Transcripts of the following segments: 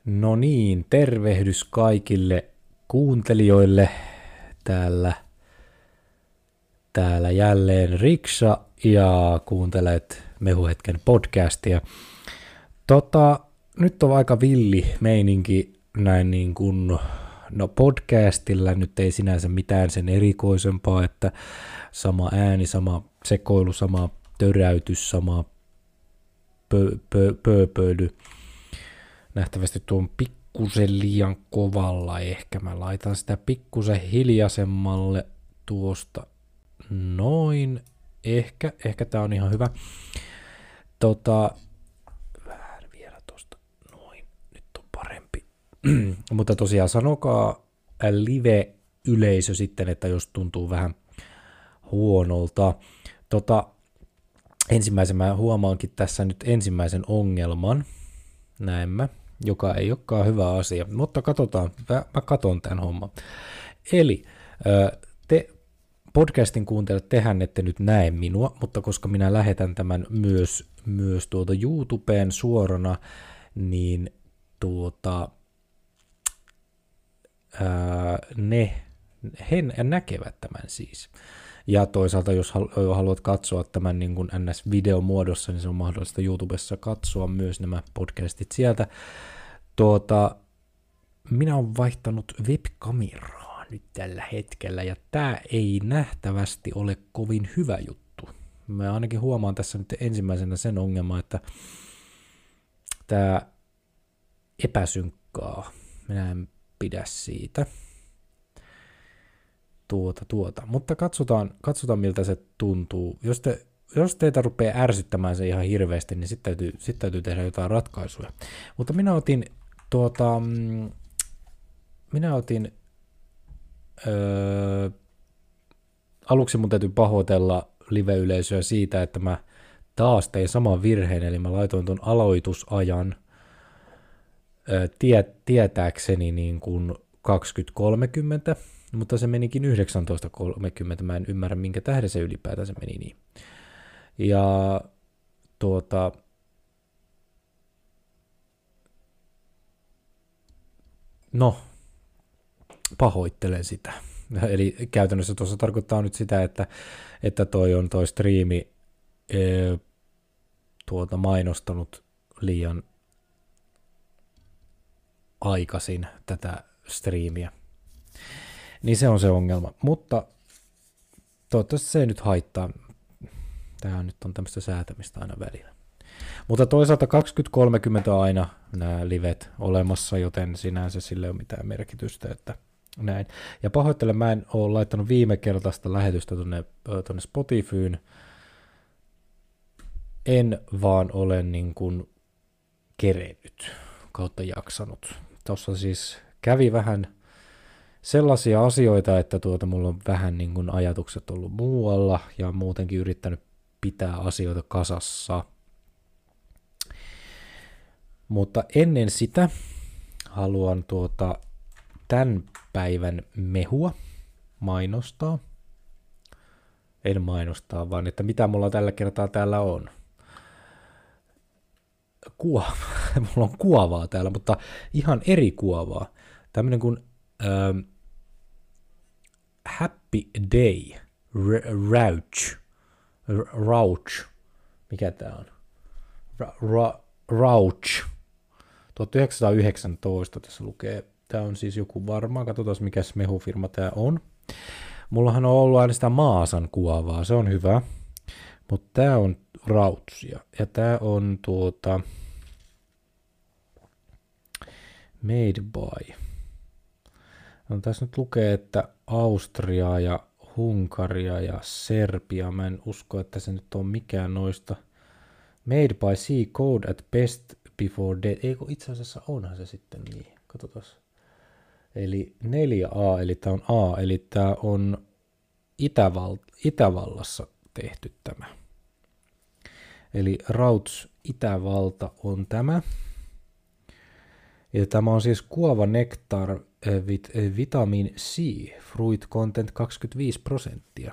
No niin, tervehdys kaikille kuuntelijoille. Täällä jälleen Riksa ja kuuntelet Mehuhetken podcastia. Nyt on aika villi meininki näin niin kuin, no podcastilla nyt ei sinänsä mitään sen erikoisempaa, että sama ääni, sama sekoilu, sama töräytys, sama pööpöily. Nähtävästi tuon pikkusen liian kovalla ehkä. Mä laitan sitä pikkusen hiljaisemmalle tuosta noin. Ehkä tää on ihan hyvä. Vähän vielä tosta noin. Nyt on parempi. Mutta tosiaan sanokaa live-yleisö sitten, että jos tuntuu vähän huonolta. Ensimmäisen mä huomaankin tässä nyt ensimmäisen ongelman. Näemmä, joka ei olekaan hyvä asia, mutta katsotaan, mä katon tämän homman. Eli te podcastin kuuntelijat, tehän ette nyt näe minua, mutta koska minä lähetän tämän myös tuolta YouTubeen suorana, niin he näkevät tämän siis. Ja toisaalta, jos haluat katsoa tämän niin kuin NS-videomuodossa, niin se on mahdollista YouTubessa katsoa myös nämä podcastit sieltä. Minä olen vaihtanut webkameraa nyt tällä hetkellä, ja tämä ei nähtävästi ole kovin hyvä juttu. Mä ainakin huomaan tässä nyt ensimmäisenä sen ongelman, että tämä epäsynkkaa. Minä en pidä siitä. Mutta katsotaan miltä se tuntuu. Jos teitä rupeaa ärsyttämään se ihan hirveästi, niin sitten täytyy tehdä jotain ratkaisuja. Mutta aluksi mun täytyy pahoitella live-yleisöä siitä, että mä taas tein saman virheen, eli mä laitoin ton aloitusajan tietääkseni niin kuin 20:30, mutta se menikin 19:30, mä en ymmärrä minkä tähden se ylipäätään se meni niin. Ja no, pahoittelen sitä. Eli käytännössä tuossa tarkoittaa nyt sitä, että toi striimi mainostanut liian aikaisin tätä striimiä. Niin se on se ongelma, mutta toivottavasti se ei nyt haittaa. Tämä nyt on tämmöistä säätämistä aina välillä. Mutta toisaalta 20:30 on aina nämä livet olemassa, joten sinänsä sille ei ole mitään merkitystä, että näin. Ja pahoittelen, mä en ole laittanut viime kertaista lähetystä tuonne Spotifyyn. En vaan ole niin kuin kerennyt kautta jaksanut. Tuossa siis kävi vähän sellaisia asioita, että mulla on vähän niin kuin ajatukset ollut muualla ja muutenkin yrittänyt pitää asioita kasassa. Mutta ennen sitä haluan tämän päivän mehua mainostaa. En mainostaa, vaan että mitä mulla tällä kertaa täällä on. Mulla on kuovaa täällä, mutta ihan eri kuovaa. Tämmönen kuin Happy Day Rouch. Mikä tää on? Rouch. 1919 tässä lukee. Tää on siis joku varmaan. Katsotaan mikä mehufirma tää on. Mullahan on ollut aina sitä Maasan kuovaa. Se on hyvä. Mutta tää on Rouchia. Ja tää on Made by. No, tässä nyt lukee, että Austria ja Hungaria ja Serbia. Mä en usko, että se nyt on mikään noista. Made by Sea Code at best before death. Eikö itse asiassa onhan se sitten niin. Katsotaan. Eli 4A, eli tää on A, eli tää on Itävallassa tehty tämä. Eli Rauts Itävalta on tämä. Ja tämä on siis kuova nektar vitamin C, fruit content 25%.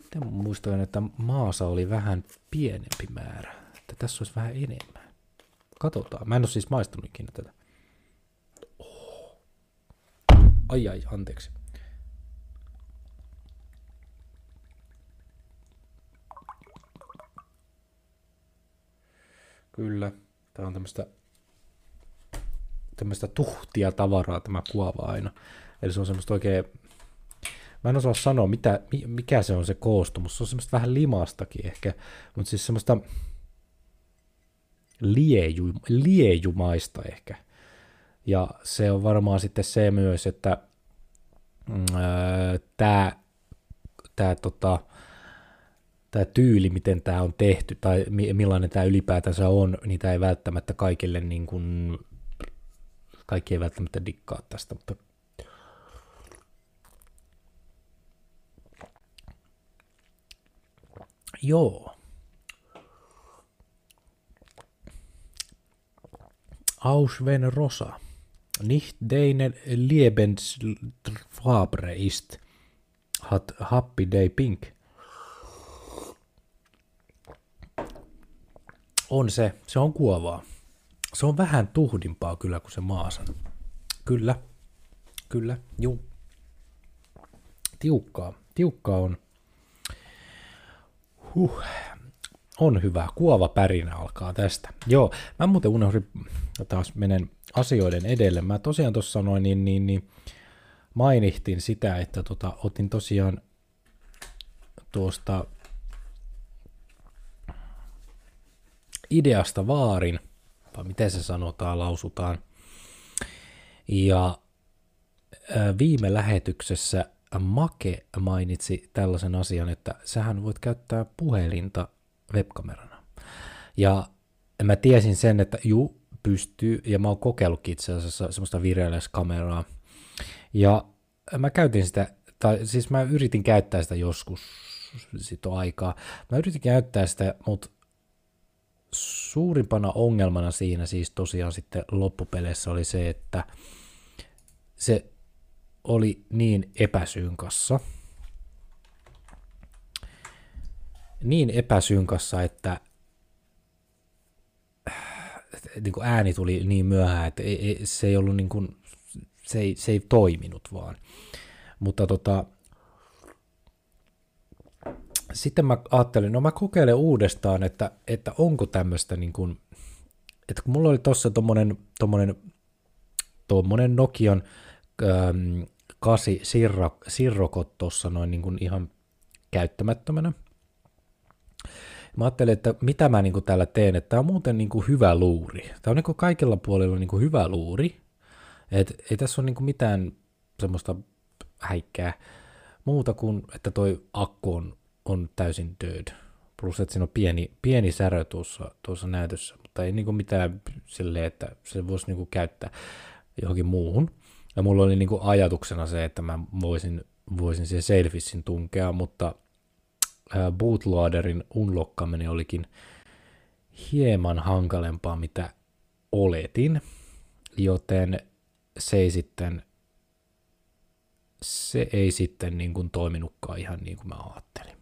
Muistan, että maassa oli vähän pienempi määrä, että tässä olisi vähän enemmän. Katsotaan. Mä en oo siis maistanut ikinä tätä. Ai, anteeksi. Kyllä. Tää on tämmöistä tuhtia tavaraa tämä kuova aina. Eli se on semmoista oikein, mä en osaa sanoa mikä se on se koostumus. Se on semmoista vähän limastakin ehkä, mutta siis semmoista liejumaista ehkä. Ja se on varmaan sitten se myös, että tämä tyyli, miten tämä on tehty, tai millainen tämä ylipäätänsä on, niin tämä ei välttämättä kaikille, niin kuin, kaikki ei välttämättä dikkaa tästä, mutta joo. Auswen Rosa. Nicht deine Lebensfarbe ist hat Happy Day Pink. On se on kuovaa. Se on vähän tuhdimpaa kyllä kuin se Maasan. Kyllä, juu. Tiukkaa on. On hyvä. Kuova pärinä alkaa tästä. Joo, mä muuten unohdin, taas menen asioiden edelle. Mä tosiaan tuossa sanoin, niin mainittiin sitä, että otin tosiaan tuosta ideasta vaarin, vai miten se sanotaan, lausutaan. Ja viime lähetyksessä Make mainitsi tällaisen asian, että sähän voit käyttää puhelinta webkamerana. Ja mä tiesin sen, että pystyy, ja mä oon kokeillutkin itse asiassa semmoista wireless-kameraa. Ja mä käytin sitä, tai siis mä yritin käyttää sitä joskus, sit on aikaa. Mä yritin käyttää sitä, mutta suurimpana ongelmana siinä siis tosiaan sitten loppupeleissä oli se, että se oli niin epäsynkassa. Niin epäsynkassa, että niin kuin ääni tuli niin myöhään, että se ei ollut niin kuin, se ei toiminut vaan. Mutta sitten mä ajattelin, mä kokeilen uudestaan, että onko tämmöistä, niin kuin, että kun mulla oli tossa tommonen Nokian 8 Sirrokot tossa noin niin kuin ihan käyttämättömänä. Mä ajattelin, että mitä mä niin kuin täällä teen, että tää on muuten niin kuin hyvä luuri. Tää on niin kuin kaikilla puolilla niin kuin hyvä luuri. Ei tässä ole niin kuin mitään semmoista häikkää muuta kuin, että toi akku on täysin dead. Plus, että siinä on pieni särö tuossa näytössä, mutta ei niinku mitään silleen, että se voisi niinku käyttää johonkin muuhun. Ja mulla oli niinku ajatuksena se, että mä voisin siihen Sailfishin tunkea, mutta bootloaderin unlockkaaminen olikin hieman hankalempaa, mitä oletin, joten se ei sitten niin kuin toiminutkaan ihan niin kuin mä ajattelin.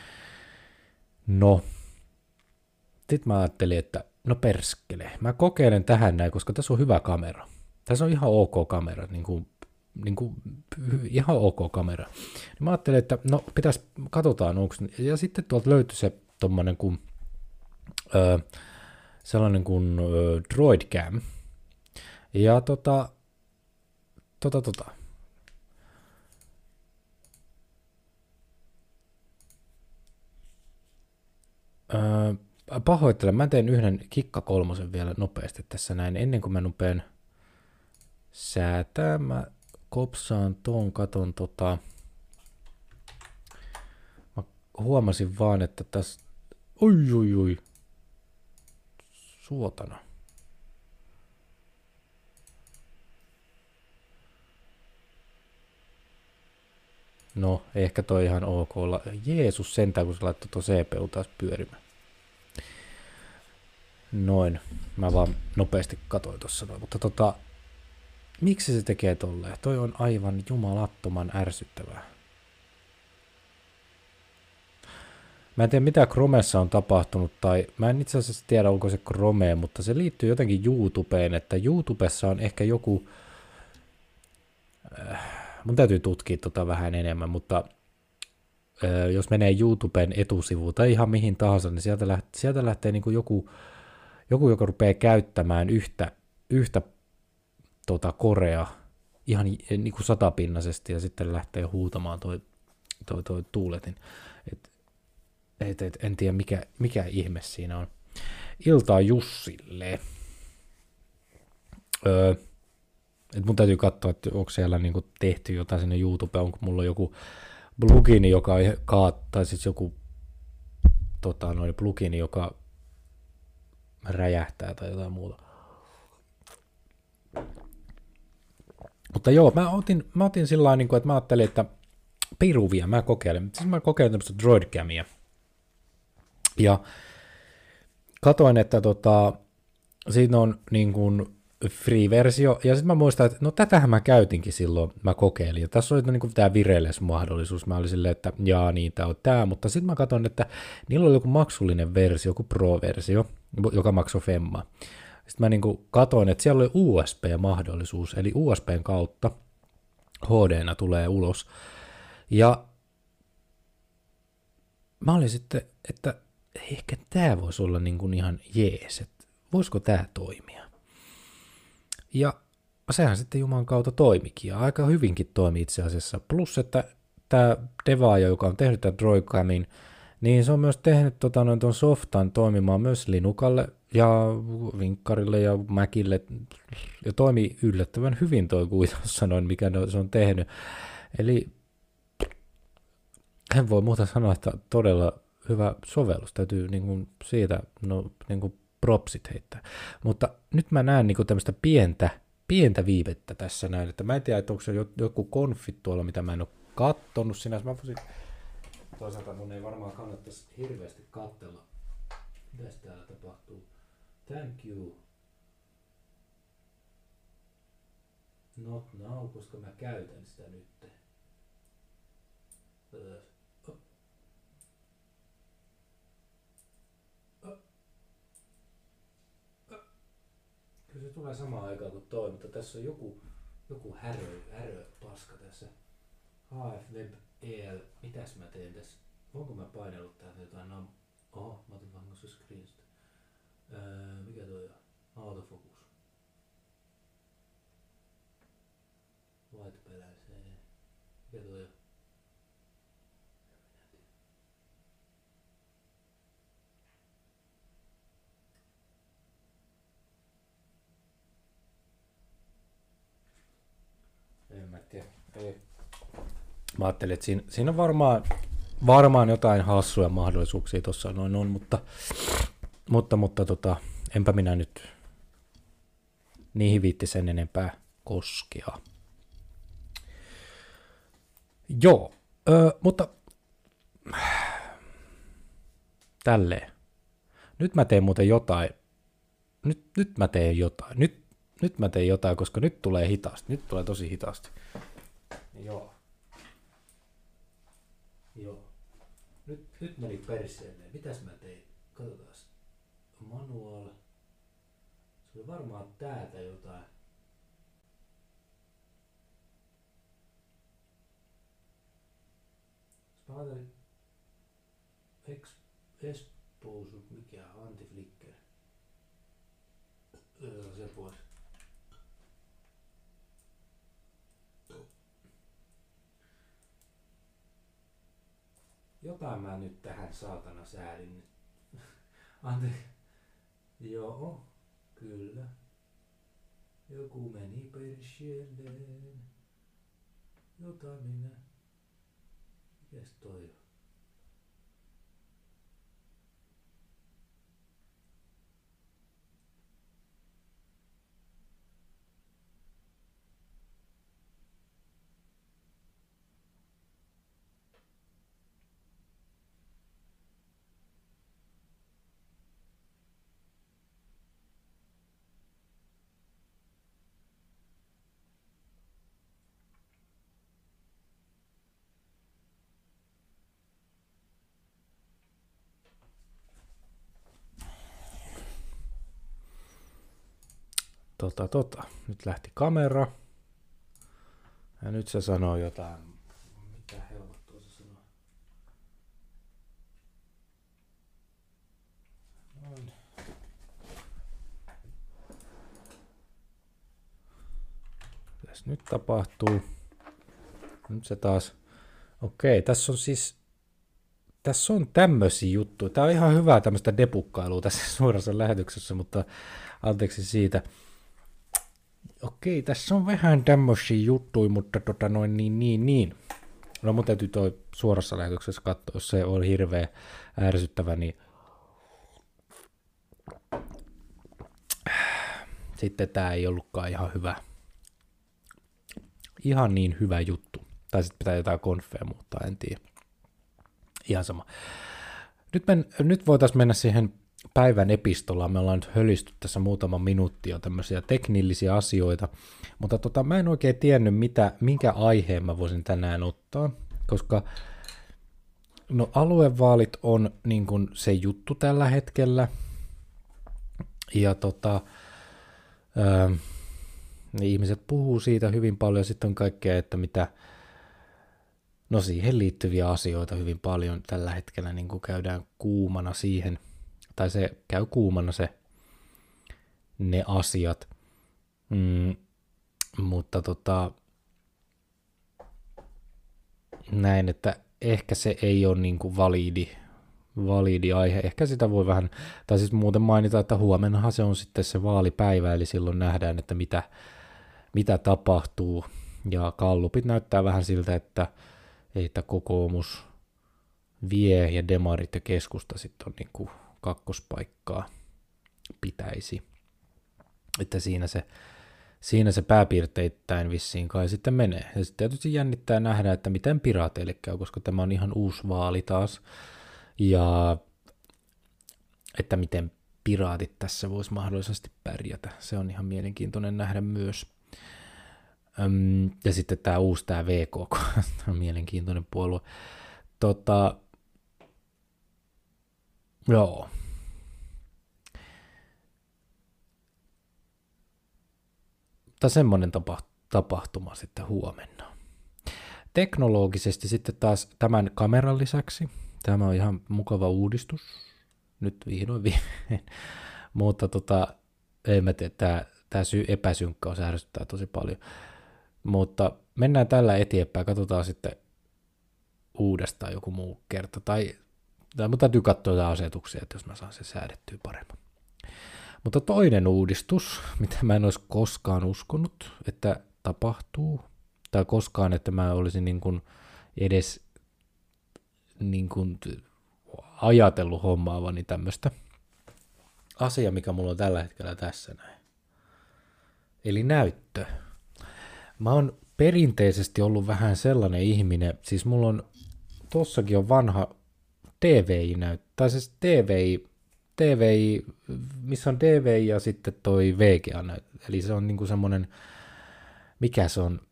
No, sitten mä ajattelin, että no perskele, mä kokeilen tähän näin, koska tässä on hyvä kamera. Tässä on ihan ok kamera, niin kuin ihan ok kamera. Mä ajattelin, että no katsotaan, onko, ja sitten tuolta löytyi se tommonen kuin, sellainen kuin Droidcam, ja pahoittelen, mä teen yhden Kikka 3 vielä nopeasti tässä näin, ennen kuin mä rupean säätää, mä kopsaan katon mä huomasin vaan, että tässä, oi, suotana. No, ehkä toi ihan ok. Jeesus sentään, kun se laittoi tuo CPU taas pyörimään. Noin. Mä vaan nopeasti katsoin tuossa noin. Mutta miksi se tekee tolleen? Toi on aivan jumalattoman ärsyttävää. Mä en tiedä mitä Chromessa on tapahtunut, tai mä en itse asiassa tiedä onko se Chrome, mutta se liittyy jotenkin YouTubeen, että YouTubessa on ehkä joku, mun täytyy tutkia tota vähän enemmän, mutta jos menee YouTuben etusivuun tai ihan mihin tahansa, niin sieltä lähtee niin kuin joku, joka rupeaa käyttämään yhtä korea ihan niin kuin satapinnaisesti ja sitten lähtee huutamaan toi tuuletin. En tiedä mikä ihme siinä on. Iltaa Jussille. Et mun täytyy katsoa, että onko siellä niinku tehty jotain sinne YouTubeen, onko mulla joku plugini, joka tai siis joku plugini, joka räjähtää tai jotain muuta. Mutta joo, mä otin sillä lailla, että mä ajattelin, että piruvia mä kokeilen. Siis mä kokeilen tämmöistä Droidcamia. Ja katoin, että siinä on niin kuin free-versio, ja sitten mä muistan, että no tätähän mä käytinkin silloin, mä kokeilin, ja tässä oli niin kuin tämä wireless-mahdollisuus, mä olin silleen, että jaa, niin tää on tää, mutta sitten mä katsoin, että niillä oli joku maksullinen versio, joku pro-versio, joka maksoi femmaa. Sitten mä niin kuin katoin, että siellä oli USB-mahdollisuus, eli USBn kautta HD-nä tulee ulos, ja mä olin sitten, että ehkä tää voisi olla niin kuin ihan jees, että voisiko tää toimia. Ja sehän sitten Jumalan kautta toimikin, ja aika hyvinkin toimi itse asiassa. Plus, että tämä devaaja, joka on tehnyt tämän Droidcamin, niin se on myös tehnyt tuon softan toimimaan myös Linuxalle ja Vinkkarille ja Macille, ja toimii yllättävän hyvin toi kuitos sanoin, mikä se on tehnyt. Eli en voi muuta sanoa, että todella hyvä sovellus, täytyy niin kuin siitä niin kuin propsit heittää. Mutta nyt mä näen niin kuin tämmöistä pientä viivettä tässä näin, että mä en tiedä, että onko se joku konfit tuolla, mitä mä en ole kattonut sinänsä. Mä voisin, toisaalta mun ei varmaan kannattaisi hirveästi katsella, mitä täällä tapahtuu. Thank you. Not now, koska mä käytän sitä nyt. Kyllä se tulee samaan aikaan kuin toi, mutta tässä on joku härö paska tässä. HF Web EL, mitäs mä teen tässä? Onko mä painellut täältä jotain? Oho, mä otin vahingossa screenstä. Mikä toi on? Autofocus. White balance. Mikä toi on? En mä tiedä. Ei. Mä ajattelin, että siinä on varmaan jotain hassuja mahdollisuuksia tuossa noin on, mutta enpä minä nyt niihin viitti sen enempää koskea. Joo, mutta tälleen. Nyt mä teen muuten jotain. Nyt mä teen jotain. Nyt mä teen jotain, koska nyt tulee hitaasti. Nyt tulee tosi hitaasti. Joo. Nyt meni perseelleen. Mitäs mä tein? Katsotaan. Manual. Se oli varmaan täältä jotain. Mä ajattelin expose, mikä anti-flicker. Se pois. Jotain mä nyt tähän saatana säädin. Anteeksi. Joo, kyllä. Joku meni perseelleen. Jotain minä. Mikäs toi on? Nyt lähti kamera. Ja nyt se sanoo jotain. Mitä helpottua se sanoo? Noin. Mitäs nyt tapahtuu? Nyt se taas. Okei, tässä on tämmöisiä juttuja. Tää on ihan hyvää tämmöistä debukkailua tässä suorassa lähetyksessä, mutta anteeksi siitä. Okei, tässä on vähän tämmöisiä juttuja, mutta niin. No mun täytyy toi suorassa lähetyksessä katsoa, jos se on hirveä ärsyttävä, niin sitten tää ei ollutkaan ihan hyvä. Ihan niin hyvä juttu. Tai sitten pitää jotain konfea muuttaa, en tiedä. Ihan sama. Nyt voitaisiin mennä siihen päivän epistolaan. Me ollaan nyt hölisty tässä muutama minuutti jo tämmöisiä teknillisiä asioita, mutta mä en oikein tiennyt, minkä aiheen mä voisin tänään ottaa, koska no aluevaalit on niin kuin se juttu tällä hetkellä, ja ihmiset puhuu siitä hyvin paljon, sitten on kaikkea, että no siihen liittyviä asioita hyvin paljon tällä hetkellä niin kuin käydään kuumana siihen, tai se käy kuumana ne asiat, mutta näin, että ehkä se ei ole niin kuin validi aihe, ehkä sitä voi vähän, tai siis muuten mainita, että huomennahan se on sitten se vaalipäivä, eli silloin nähdään, että mitä tapahtuu, ja gallupit näyttää vähän siltä, että kokoomus vie ja demarit ja keskusta sitten on niin kuin kakkospaikkaa pitäisi. Että siinä se pääpiirteittäin vissiin kai sitten menee. Ja sitten tietysti jännittää nähdä, että miten piraateille käy, koska tämä on ihan uusi vaali taas. Ja että miten piraatit tässä voisi mahdollisesti pärjätä. Se on ihan mielenkiintoinen nähdä myös. Ja sitten tämä VK, on mielenkiintoinen puolue. Joo. Tai semmoinen tapahtuma sitten huomenna. Teknologisesti sitten taas tämän kameran lisäksi, tämä on ihan mukava uudistus, nyt vihdoin viimein, mutta ei mä tiedä, tämä epäsynkkaus ärsyttää tosi paljon, mutta mennään tällä eteenpäin, katsotaan sitten uudestaan joku muu kerta, tai mun täytyy katsoa jotain asetuksia, että jos mä saan sen säädettyä paremmin. Mutta toinen uudistus, mitä mä en olisi koskaan uskonut, että tapahtuu, tai koskaan, että mä olisin niin kuin edes niin kuin ajatellut hommaavani tämmöistä asiaa, mikä mulla on tällä hetkellä tässä näin. Eli näyttö. Mä oon perinteisesti ollut vähän sellainen ihminen, siis mulla on, tossakin on vanha DVI-näyttö, tai siis DVI, missä on DVI ja sitten toi VGA-näyttö, eli se on niinku semmoinen, mikä se on,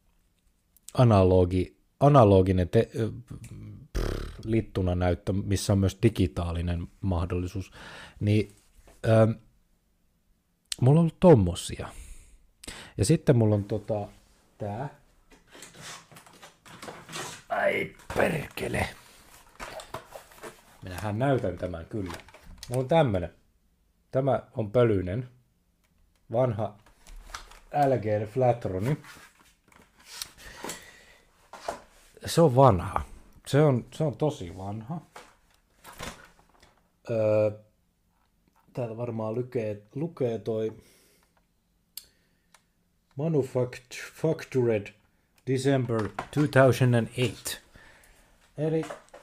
analoginen littunanäyttö, missä on myös digitaalinen mahdollisuus, niin mulla on ollut tommosia. Ja sitten mulla on tää. Ai perkele. Minähän näytän tämän kyllä. Mulla on tämmönen. Tämä on pölyinen. Vanha LG Flatroni. Se on vanha. Se on tosi vanha. Täällä varmaan lukee toi Manufactured December 2008. Eli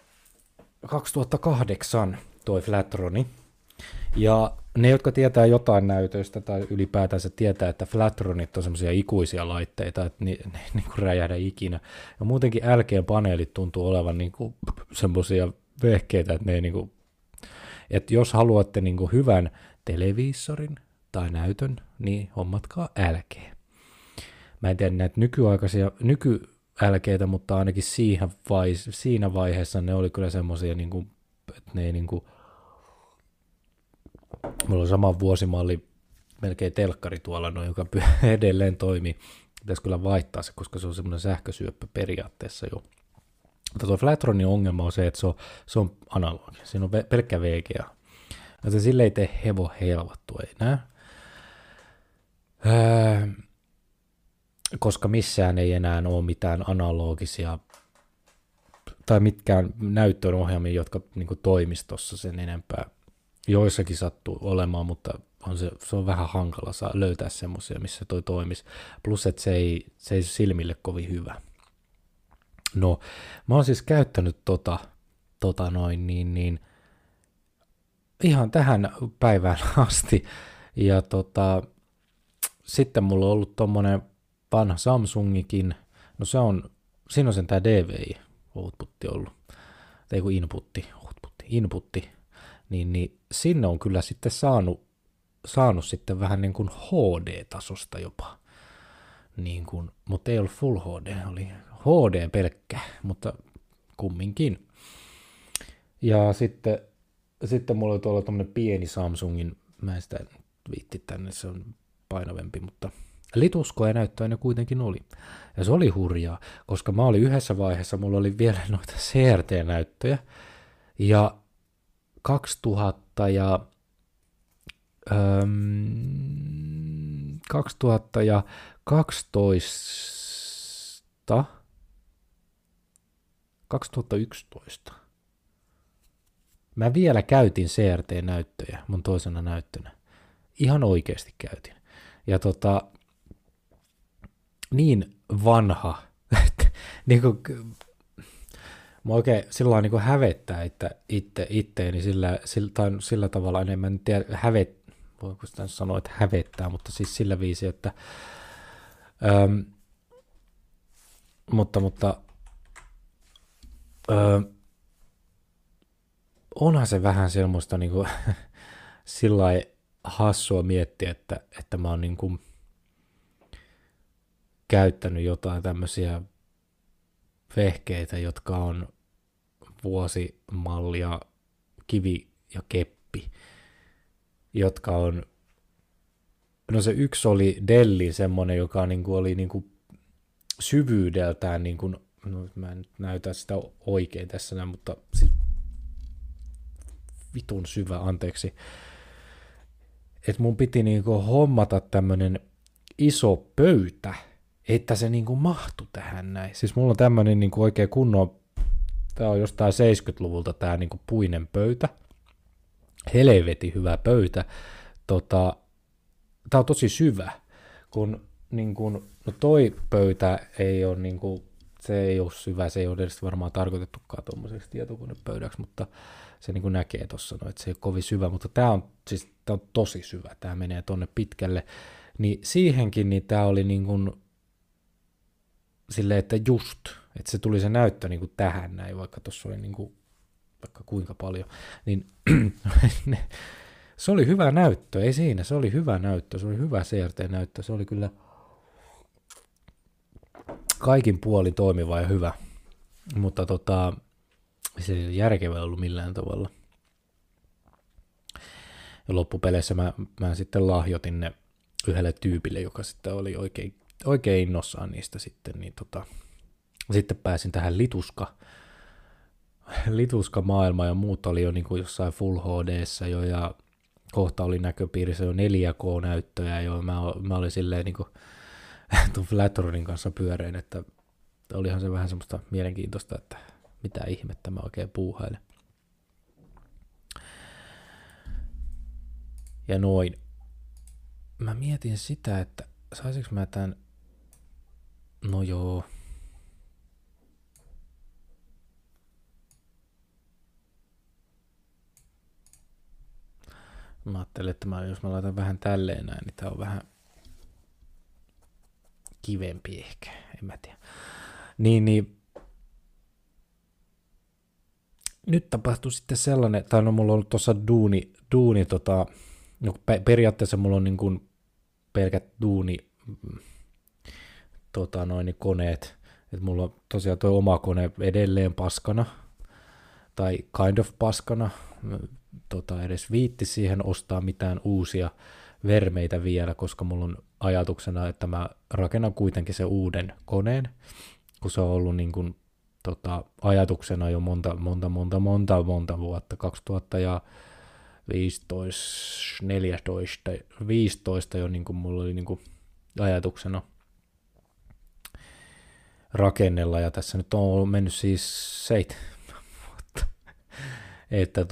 2008 toi Flatroni. Ja ne, jotka tietää jotain näytöistä tai ylipäätänsä tietää, että Flatronit on semmoisia ikuisia laitteita, että ne niin kuin räjähdä ikinä. Ja muutenkin LG-paneelit tuntuu olevan niin kuin semmoisia vehkeitä, että ne niin kuin, että jos haluatte niin kuin hyvän televisorin tai näytön, niin hommatkaa LG. Mä en tiedä näitä nyky-LGtä, mutta ainakin siinä vaiheessa ne oli kyllä semmoisia, niin kuin, että ne ei niin kuin, mulla on sama vuosimalli melkein telkkari tuolla, no, joka edelleen toimii. Pitäisi kyllä vaihtaa se, koska se on semmoinen sähkösyöppö periaatteessa jo. Mutta tuo Flatronin ongelma on se, että se on analogi. Siinä on pelkkä VGA. Ja se sille ei tee hevo helvattua enää. Koska missään ei enää ole mitään analogisia tai mitkään näyttöön ohjelmia, jotka niin toimistossa sen enempää. Joissakin sattuu olemaan, mutta se on vähän hankala löytää semmoisia, missä toi toimisi. Plus, että se ei silmille kovin hyvä. No, mä oon siis käyttänyt ihan tähän päivään asti. Ja sitten mulla on ollut tommonen vanha Samsungikin. No siinä on sen tää DVI-outputti ollut. Tai kun inputti. Niin sinne on kyllä sitten saanut sitten vähän niin kuin HD-tasosta jopa. Niin kuin, mutta ei ollut Full HD, oli HD pelkkä, mutta kumminkin. Ja sitten mulla oli tuolla tommonen pieni Samsungin, mä en sitä viitti tänne, se on painavempi, mutta lituskoja näyttöä ne kuitenkin oli. Ja se oli hurjaa, koska mä olin yhdessä vaiheessa, mulla oli vielä noita CRT-näyttöjä, ja 2011 mä vielä käytin CRT-näyttöjä mun toisena näyttönä. Ihan oikeasti käytin. Ja niin vanha, että niinku mä oikein sillä niin hävettää, että itteeni sillä tavalla enemmän, en tiedä, voiko sitä sanoa, että hävettää, mutta siis sillä viisi, että onhan se vähän semmoista niin kuin, sillai hassua miettiä, että mä oon niin kuin käyttänyt jotain tämmöisiä vehkeitä, jotka on vuosimallia kivi ja keppi, jotka on, no se yksi oli Dellin semmoinen, joka niinku oli niinku syvyydeltään, niinku, no mä en nyt näytä sitä oikein tässä näin, mutta siis vitun syvä, anteeksi, että mun piti niinku hommata tämmönen iso pöytä, että se niinku mahtui tähän näin. Siis mulla on tämmönen niinku oikein kunnon, tää on jostain 70-luvulta tää niinku puinen pöytä, helvetin hyvä pöytä. Tää on tosi syvä, kun niinku, no toi pöytä ei ole niinku, se ei ole syvä, se ei ole edes varmaan tarkoitettukaan tommoseksi tietokonepöydäksi, mutta se niinku näkee tossa, no, että se ei ole kovin syvä, mutta tää on tosi syvä, tää menee tonne pitkälle, niin siihenkin niin tää oli niinku silleen, että just, että se tuli se näyttö niinku tähän näin, vaikka tossa oli niinku vaikka kuinka paljon, niin se oli hyvä näyttö, ei siinä, se oli hyvä näyttö, se oli hyvä CRT-näyttö, se oli kyllä kaikin puolin toimiva ja hyvä, mutta se ei järkevää ollut millään tavalla. Ja loppupeleissä mä sitten lahjoitin ne yhdelle tyypille, joka sitten oli oikein innossaan niistä sitten, niin sitten pääsin tähän lituska-maailmaan ja muut oli jo niin kuin jossain Full HD:ssä jo ja kohta oli näköpiirissä jo 4K-näyttöjä jo mä olin silleen niin kuin tuon Flatronin kanssa pyörein, että olihan se vähän semmoista mielenkiintoista, että mitä ihmettä mä oikein puuhailen. Ja noin. Mä mietin sitä, että saisinko mä tän, no joo. Mä ajattelin, että jos mä laitan vähän tälleen näin, niin tää on vähän kivempi ehkä, en mä tiedä. Niin. Nyt tapahtui sitten sellainen, tai no mulla on ollut tuossa duuni no periaatteessa mulla on niin kuin pelkät koneet, että mulla on tosiaan toi oma kone edelleen paskana, tai kind of paskana, edes viitti siihen ostaa mitään uusia vermeitä vielä, koska mulla on ajatuksena, että mä rakennan kuitenkin sen uuden koneen, kun se on ollut niin kuin, ajatuksena jo monta vuotta, 2015, 14, 15 jo niin kuin mulla oli niin kuin ajatuksena rakennella, ja tässä nyt on mennyt siis 7 vuotta, että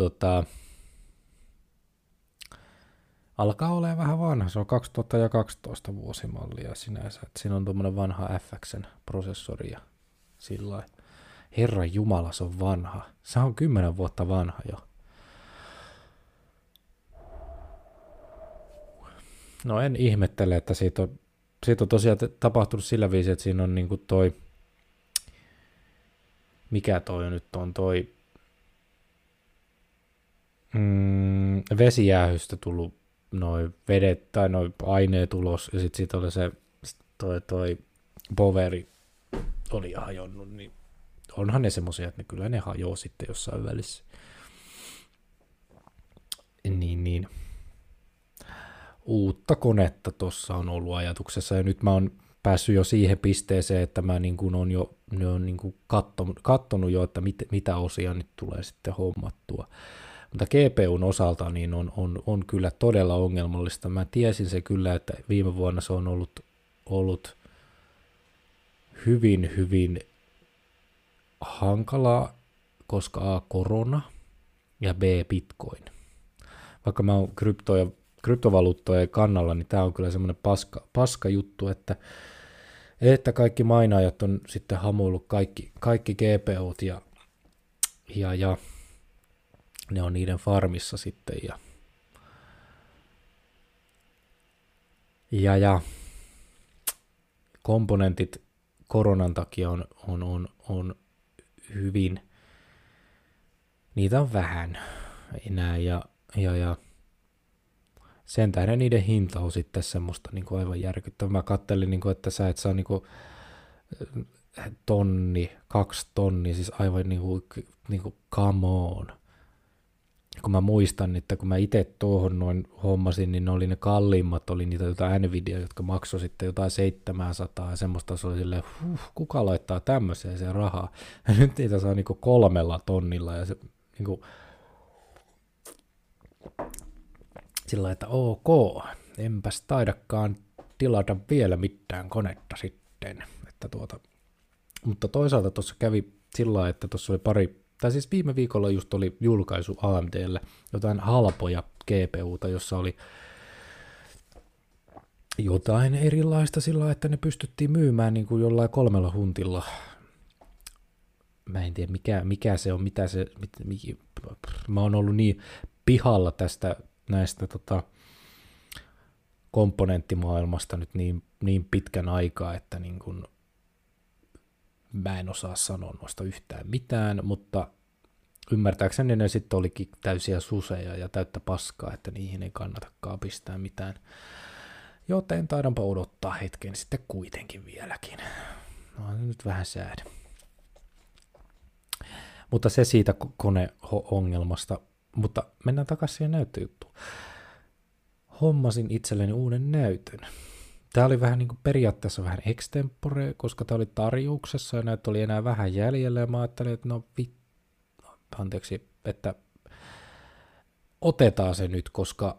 alkaa olemaan vähän vanha, se on 2012 vuosimallia sinänsä, että siinä on tuommoinen vanha FXn prosessori ja sillä Herran Jumala, se on vanha. Se on 10 vuotta vanha jo. No en ihmettele, että siitä on tosiaan tapahtunut sillä viisi, että siinä on niinku toi, mikä toi nyt on toi, vesijäähystä tullut noin vedet tai noin aineet ulos, ja sitten siitä oli se toi poveri oli hajonnut, niin onhan ne semmoisia, että kyllä ne hajoaa sitten jossain välissä. Niin. Uutta konetta tuossa on ollut ajatuksessa, ja nyt mä oon päässyt jo siihen pisteeseen, että mä niin kuin on jo niin kuin kattonut jo, että mitä osia nyt tulee sitten hommattua. Mutta GPUn osalta niin on kyllä todella ongelmallista. Mä tiesin se kyllä, että viime vuonna se on ollut hyvin hankalaa, koska A, korona ja B, bitcoin. Vaikka mä oon kryptovaluuttojen kannalla, niin tää on kyllä semmoinen paska juttu, että kaikki mainaajat on sitten hamuillut kaikki GPUt ja ne on niiden farmissa sitten ja komponentit koronan takia on hyvin, niitä on vähän enää ja sen tähden niiden hinta on sitten semmoista niin kuin aivan järkyttävää. Mä kattelin, niin kuin, että sä et saa niin kuin 2 tonnia, siis aivan niin kuin come on. Kun mä muistan, että kun mä itse tuohon noin hommasin, niin ne kalliimmat, oli niitä jotain Nvidia, jotka maksoi sitten jotain 700 ja semmoista, se oli silleen, kuka laittaa tämmöiseen se rahaa. Ja nyt niitä saa niinku 3 tonnilla ja se niinku sillä että ok, enpäs taidakaan tilata vielä mitään konetta sitten. Että mutta toisaalta tuossa kävi sillä lailla, että tuossa oli siis viime viikolla just oli julkaisu AMDlle jotain halpoja GPUta, jossa oli jotain erilaista sillä, että ne pystyttiin myymään niin kuin jollain 3 huntilla. Mä en tiedä mikä se on, mä oon ollut niin pihalla näistä komponenttimaailmasta nyt niin pitkän aikaa, että niin kuin mä en osaa sanoa noista yhtään mitään, mutta ymmärtääkseni ne sitten olikin täysiä suseja ja täyttä paskaa, että niihin ei kannatakaan pistää mitään. Joten taidanpa odottaa hetken sitten kuitenkin vieläkin. No nyt vähän säädä. Mutta se siitä koneongelmasta. Mutta mennään takaisin siihen näyttöjuttuun. Hommasin itselleni uuden näytön. Tämä oli vähän niin kuin periaatteessa vähän extempore, koska tämä oli tarjouksessa ja näitä oli enää vähän jäljellä ja mä ajattelin, että että otetaan se nyt, koska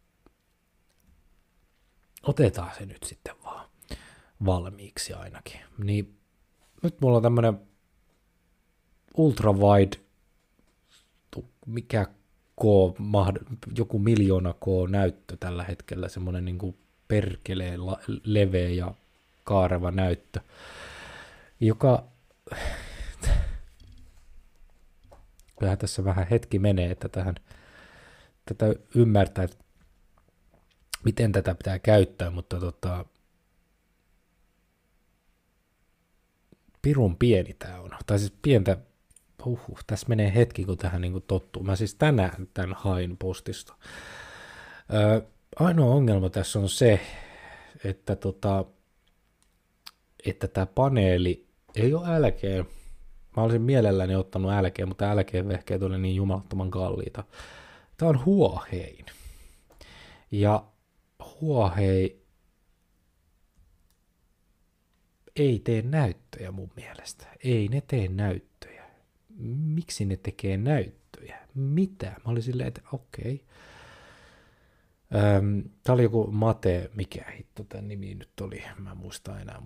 otetaan se nyt sitten vaan valmiiksi ainakin. Niin nyt mulla on tämmönen ultrawide, joku 1,000,000 K näyttö tällä hetkellä, semmonen niin kuin perkeleen leveä ja kaareva näyttö, joka kyllähän tässä vähän hetki menee, että tätä ymmärtää, että miten tätä pitää käyttää, mutta pirun pieni tää on, tai siis pientä, tässä menee hetki, kun tähän niin kuin tottuu. Mä siis tänään tämän hain postista. Ainoa ongelma tässä on se, että tämä paneeli ei ole älkeen. Mä olisin mielelläni ottanut älkeen, mutta älkeen vehkeet oli niin jumalattoman kalliita. Tämä on Huawein. Ja Huawei ei tee näyttöjä mun mielestä. Ei ne tee näyttöjä. Miksi ne tekee näyttöjä? Mitä? Mä olin silleen, että okei. Tää oli joku Mate, mikä hitto tämän nimi nyt oli, mä en muista enää,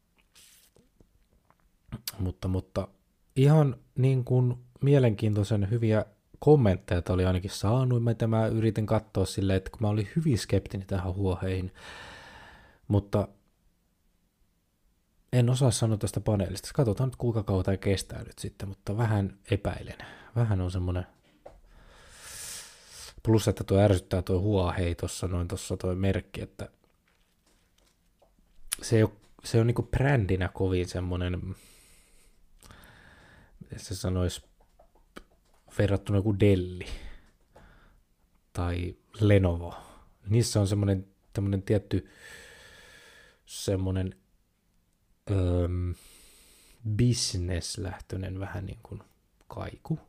mutta ihan niin kuin mielenkiintoisen hyviä kommentteja oli ainakin saanut, mitä mä yritin katsoa silleen, että kun mä olin hyvin skeptinen tähän Huaweihin, mutta en osaa sanoa tästä paneelista. Katsotaan nyt kuinka kauan tämä kestää nyt sitten, mutta vähän epäilen. Vähän on semmoinen, plus että tuo ärsyttää tuo Huawei tuossa tuo merkki, että se on niinku brändinä kovin semmoinen, miten se sanoisi, verrattuna joku Delli tai Lenovo. Niissä on semmoinen tietty semmoinen business-lähtöinen vähän niin kuin kaiku.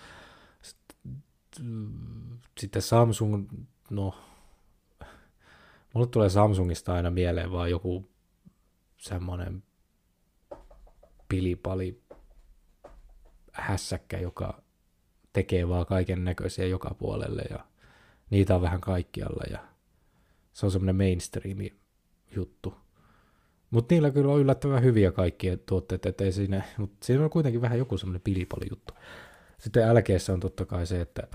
Sitten Samsung, no, mulle tulee Samsungista aina mieleen vaan joku semmoinen pilipali hässäkkä, joka tekee vaan kaiken näköisiä joka puolelle ja niitä on vähän kaikkialla ja se on semmoinen mainstreami juttu. Mutta niillä kyllä on yllättävän hyviä kaikkia tuotteita, ettei mutta siinä on kuitenkin vähän joku semmoinen pilipali juttu. Sitten LG:ssä on totta kai se, että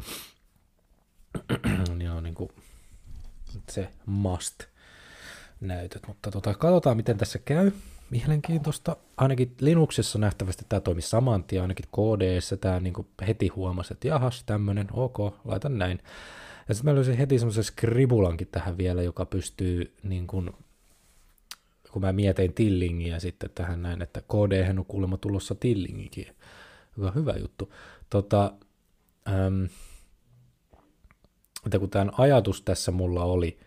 niin on niinku se must-näytöt, mutta katsotaan miten tässä käy. Mielenkiintoista. Ainakin Linuxissa nähtävästi tämä toimi saman tien, ainakin KD:ssä tämä niinku heti huomasi, että jahas, tämmöinen, ok, laitan näin. Ja sitten mä löysin heti semmoisen Scribulankin tähän vielä, joka pystyy, niin kun mä mietin Tillingiä sitten tähän näin, että KD:hän on kuulemma tulossa Tillingikin, joka on hyvä juttu. Että kun tämän ajatus tässä mulla oli,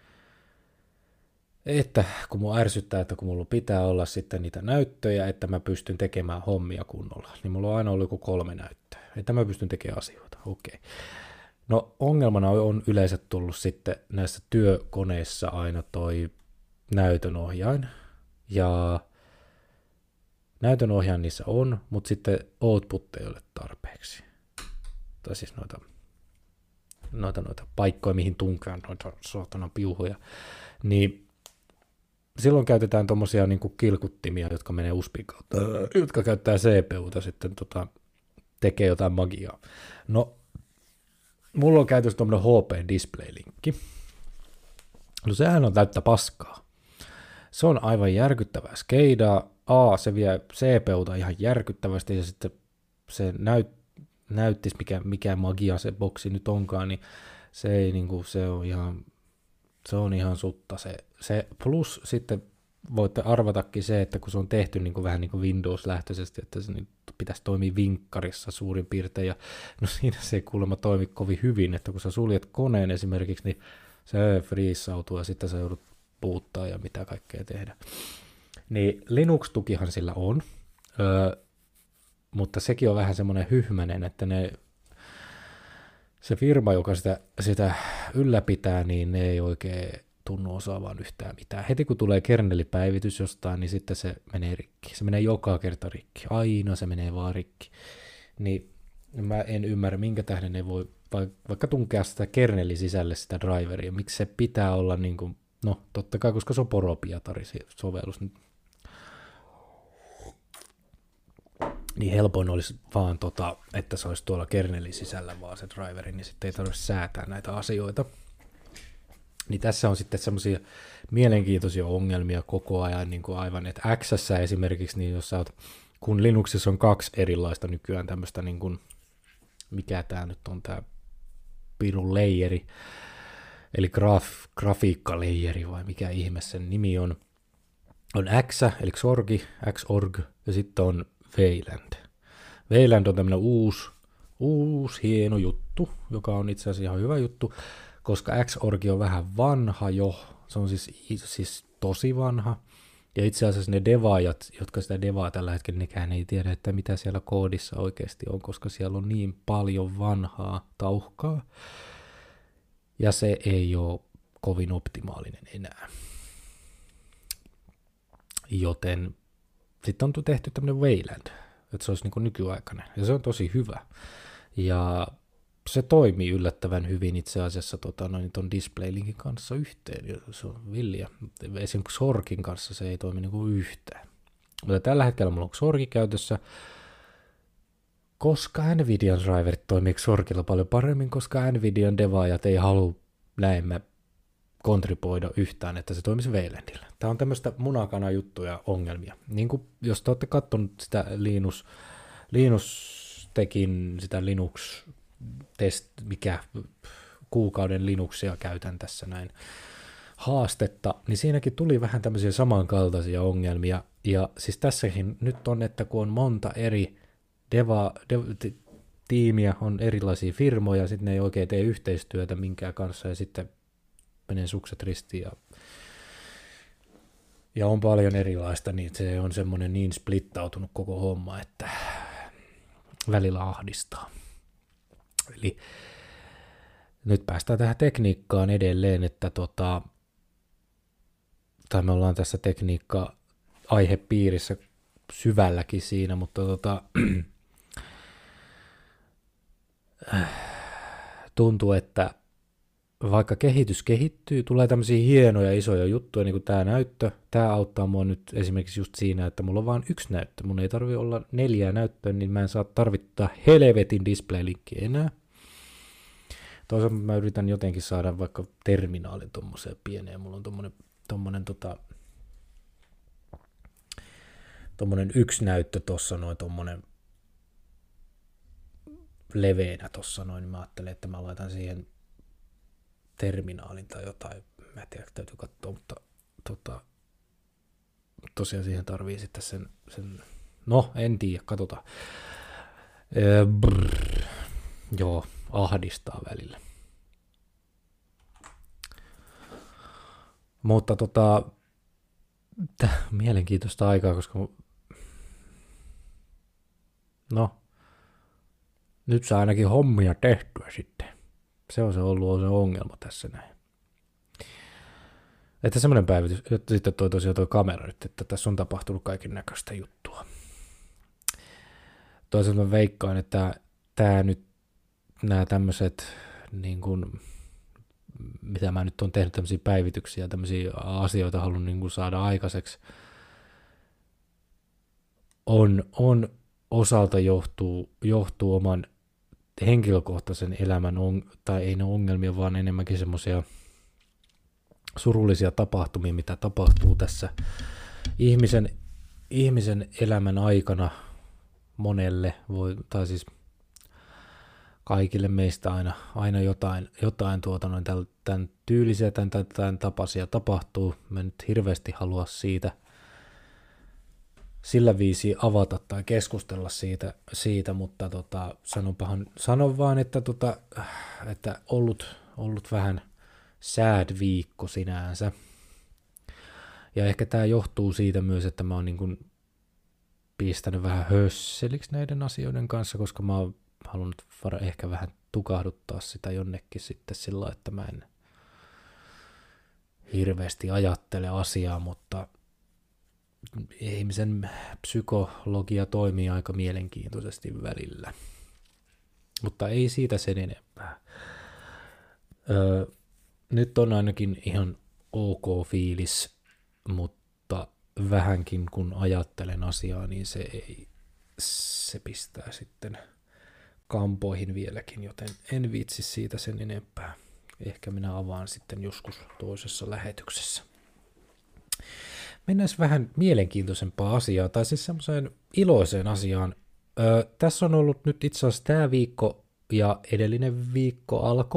että kun mua ärsyttää, että kun mulla pitää olla sitten niitä näyttöjä, että mä pystyn tekemään hommia kunnolla, niin mulla on aina ollut joku 3 näyttöä, että mä pystyn tekemään asioita, okei. No ongelmana on yleensä tullut sitten näissä työkoneissa aina toi näytönohjain, ja näytönohjain niissä on, mutta sitten output ei ole tarpeeksi. Tai siis noita paikkoja, mihin tunkeaan noita saatanan piuhoja, niin silloin käytetään tommosia niinku kilkuttimia, jotka menee USBin kautta, jotka käyttää CPUta sitten tekee jotain magiaa. No, mulla on käytössä tommonen HP Display-linkki. No sehän on täyttä paskaa. Se on aivan järkyttävää skeidaa. Se vie CPUta ihan järkyttävästi ja sitten se näyttisi mikä magia se boksi nyt onkaan, niin se ei niinku, se on ihan sutta se plus sitten voitte arvatakin se, että kun se on tehty niinku vähän niin kuin Windows-lähtöisesti, että se nyt pitäisi toimia vinkkarissa suurin piirtein, ja no siinä se ei kuulemma toimi kovin hyvin, että kun sä suljet koneen esimerkiksi, niin se friisautuu ja sitten sä joudut puuttaa ja mitä kaikkea tehdä. Niin Linux-tukihan sillä on, mutta sekin on vähän semmoinen hyhmäinen, että se firma, joka sitä ylläpitää, niin ne ei oikein tunnu osaavaan yhtään mitään. Heti kun tulee kernelipäivitys jostain, niin sitten se menee rikki. Se menee joka kerta rikki. Aina se menee vaan rikki. Niin mä en ymmärrä, minkä tähden ne voi vaikka tunkea sitä kernelin sisälle sitä driveria. Miksi se pitää olla niin kuin, no totta kai, koska se on poropiatari-sovellus. Niin helpoin olisi vaan, että se olisi tuolla kernelin sisällä vaan se driveri, niin sitten ei tarvitse säätää näitä asioita. Niin tässä on sitten semmoisia mielenkiintoisia ongelmia koko ajan, niin kuin aivan, että X:ssä esimerkiksi, niin jos kun Linuxissa on 2 erilaista nykyään tämmöistä, niin kuin, mikä tämä nyt on tämä pirun leijeri, eli grafiikkaleijeri vai mikä ihme sen nimi on X, eli Xorg, ja sitten on Wayland. Wayland on tämmöinen uusi hieno juttu, joka on itse asiassa ihan hyvä juttu, koska Xorg on vähän vanha jo, se on siis tosi vanha, ja itse asiassa ne devaajat, jotka sitä devaa tällä hetkellä, nekään ei tiedä, että mitä siellä koodissa oikeasti on, koska siellä on niin paljon vanhaa tauhkaa, ja se ei ole kovin optimaalinen enää. Joten sitten on tehty tämmöinen Wayland, että se olisi niin kuin nykyaikainen, ja se on tosi hyvä. Ja se toimii yllättävän hyvin itse asiassa ton DisplayLinkin kanssa yhteen, ja se on villiä. Esimerkiksi Xorgin kanssa se ei toimi niin kuin yhtään. Mutta tällä hetkellä mulla on Xorgi käytössä, koska Nvidian driverit toimii Xorgilla paljon paremmin, koska Nvidian devaajat ei halua näemmä kontribuoida yhtään, että se toimisi Waylandilla. Tämä on tämmöistä munakana juttuja ongelmia. Niin kuin jos te olette katsonut sitä Linus tekin sitä Linux kuukauden Linuxia käytän tässä näin haastetta, niin siinäkin tuli vähän tämmöisiä samankaltaisia ongelmia, ja siis tässäkin nyt on, että kun on monta eri tiimiä, on erilaisia firmoja, sitten ne ei oikein tee yhteistyötä minkään kanssa, ja sitten menee sukset ristiin, ja on paljon erilaista, niin se on semmoinen niin splittautunut koko homma, että välillä ahdistaa. Eli nyt päästään tähän tekniikkaan edelleen, että tai me ollaan tässä tekniikka-aihepiirissä syvälläkin siinä, mutta tuntuu, että vaikka kehitys kehittyy, tulee tämmöisiä hienoja isoja juttuja, niin kuin tämä näyttö. Tämä auttaa mua nyt esimerkiksi just siinä, että mulla on vain yksi näyttö. Mun ei tarvitse olla 4 näyttöä, niin mä en saa tarvittaa helvetin display-linkkiä enää. Toisaalta mä yritän jotenkin saada vaikka terminaalin tommoseen pieneen. Mulla on tommonen yksi näyttö tossa noin tommonen leveänä tossa noin, niin mä ajattelin, että mä laitan siihen terminaalin tai jotain, mä en tiedä, täytyy katsoa, mutta tosiaan siihen tarvii sitten sen no, en tiedä, katsotaan. Joo, ahdistaa välillä. Mutta mielenkiintoista aikaa, koska no, nyt saa ainakin hommia tehtyä sitten. Se on ollut se ongelma tässä näin. Että semmoinen päivitys, että sitten tosiaan tuo kamera nyt, että tässä on tapahtunut kaiken näköistä juttua. Toisaalta mä veikkaan, että tämä nyt, nämä tämmöiset, niin kuin, mitä mä nyt on tehnyt tämmöisiä päivityksiä, tämmöisiä asioita haluan niin kuin saada aikaiseksi, on osalta johtuu oman henkilökohtaisen elämän, tai ei ne ongelmia, vaan enemmänkin semmoisia surullisia tapahtumia, mitä tapahtuu tässä ihmisen elämän aikana monelle, tai siis kaikille meistä aina jotain tämän tyylisiä, tämän tapaisia tapahtuu. Mä nyt hirveästi halua siitä sillä viisi avata tai keskustella siitä mutta sanon vaan, että ollut vähän sad viikko sinänsä. Ja ehkä tämä johtuu siitä myös, että mä oon niin kuin pistänyt vähän hösseliksi näiden asioiden kanssa, koska mä oon halunnut ehkä vähän tukahduttaa sitä jonnekin sitten sillä, että mä en hirveästi ajattele asiaa, mutta ihmisen psykologia toimii aika mielenkiintoisesti välillä. Mutta ei siitä sen enempää. Nyt on ainakin ihan ok fiilis, mutta vähänkin kun ajattelen asiaa, niin se pistää sitten kampoihin vieläkin, joten en viitsi siitä sen enempää. Ehkä minä avaan sitten joskus toisessa lähetyksessä. Mennään vähän mielenkiintoisempaa asiaa, tai siis semmoiseen iloiseen asiaan. Tässä on ollut nyt itse asiassa tämä viikko ja edellinen viikko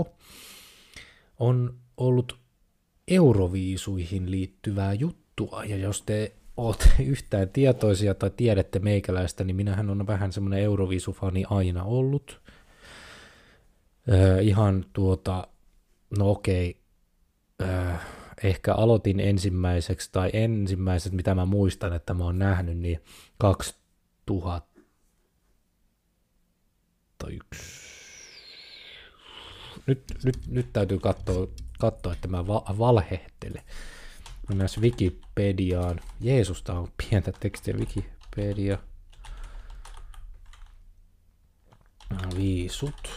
on ollut Euroviisuihin liittyvää juttua, ja jos te olette yhtään tietoisia tai tiedätte meikäläistä, niin minähän on vähän semmoinen Euroviisufani aina ollut. No okei, ehkä aloitin ensimmäiset, mitä mä muistan, että mä oon nähnyt, niin 2001. Nyt täytyy katsoa katsoa, että mä valhehtele. Mennään Wikipediaan. Jeesus, tää on pientä tekstiä. Wikipedia. Viisut.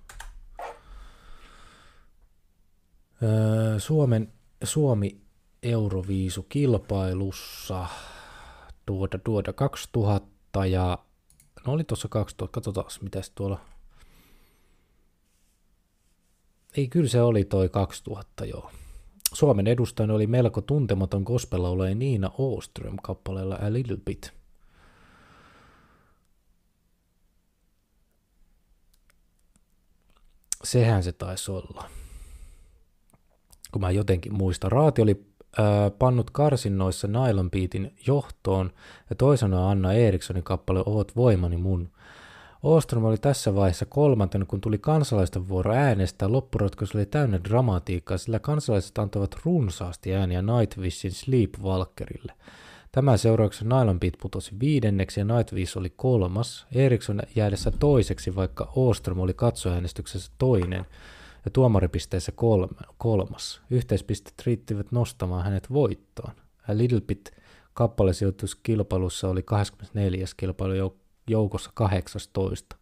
Suomi Euroviisu kilpailussa 2000 ja no oli tuossa 2000, katsotaan mitäs tuolla. Ei, kyllä se oli toi 2000, joo. Suomen edustajana oli melko tuntematon gospel-laulaja Nina Åström kappaleella A Little Bit. Sehän se taisi olla. Kun mä jotenkin muistan. Raati oli pannut karsinnoissa Nylon Beatin johtoon ja toisena Anna Erikssonin kappale Oot voimani mun. Åström oli tässä vaiheessa kolmantena, kun tuli kansalaisten vuoro äänestää. Loppuratkaisu oli täynnä dramatiikkaa, sillä kansalaiset antoivat runsaasti ääniä Nightwishin Sleepwalkerille. Tämän seurauksena Nylon Beat putosi 5. ja Nightwish oli 3. Eriksson jäädessä toiseksi, vaikka Åström oli katsoäänestyksessä 2. ja tuomaripisteissä 3. Yhteispistet riittivät nostamaan hänet voittoon. A Little Bit kappalesijoituskilpailussa oli 24. kilpailujoukossa 18.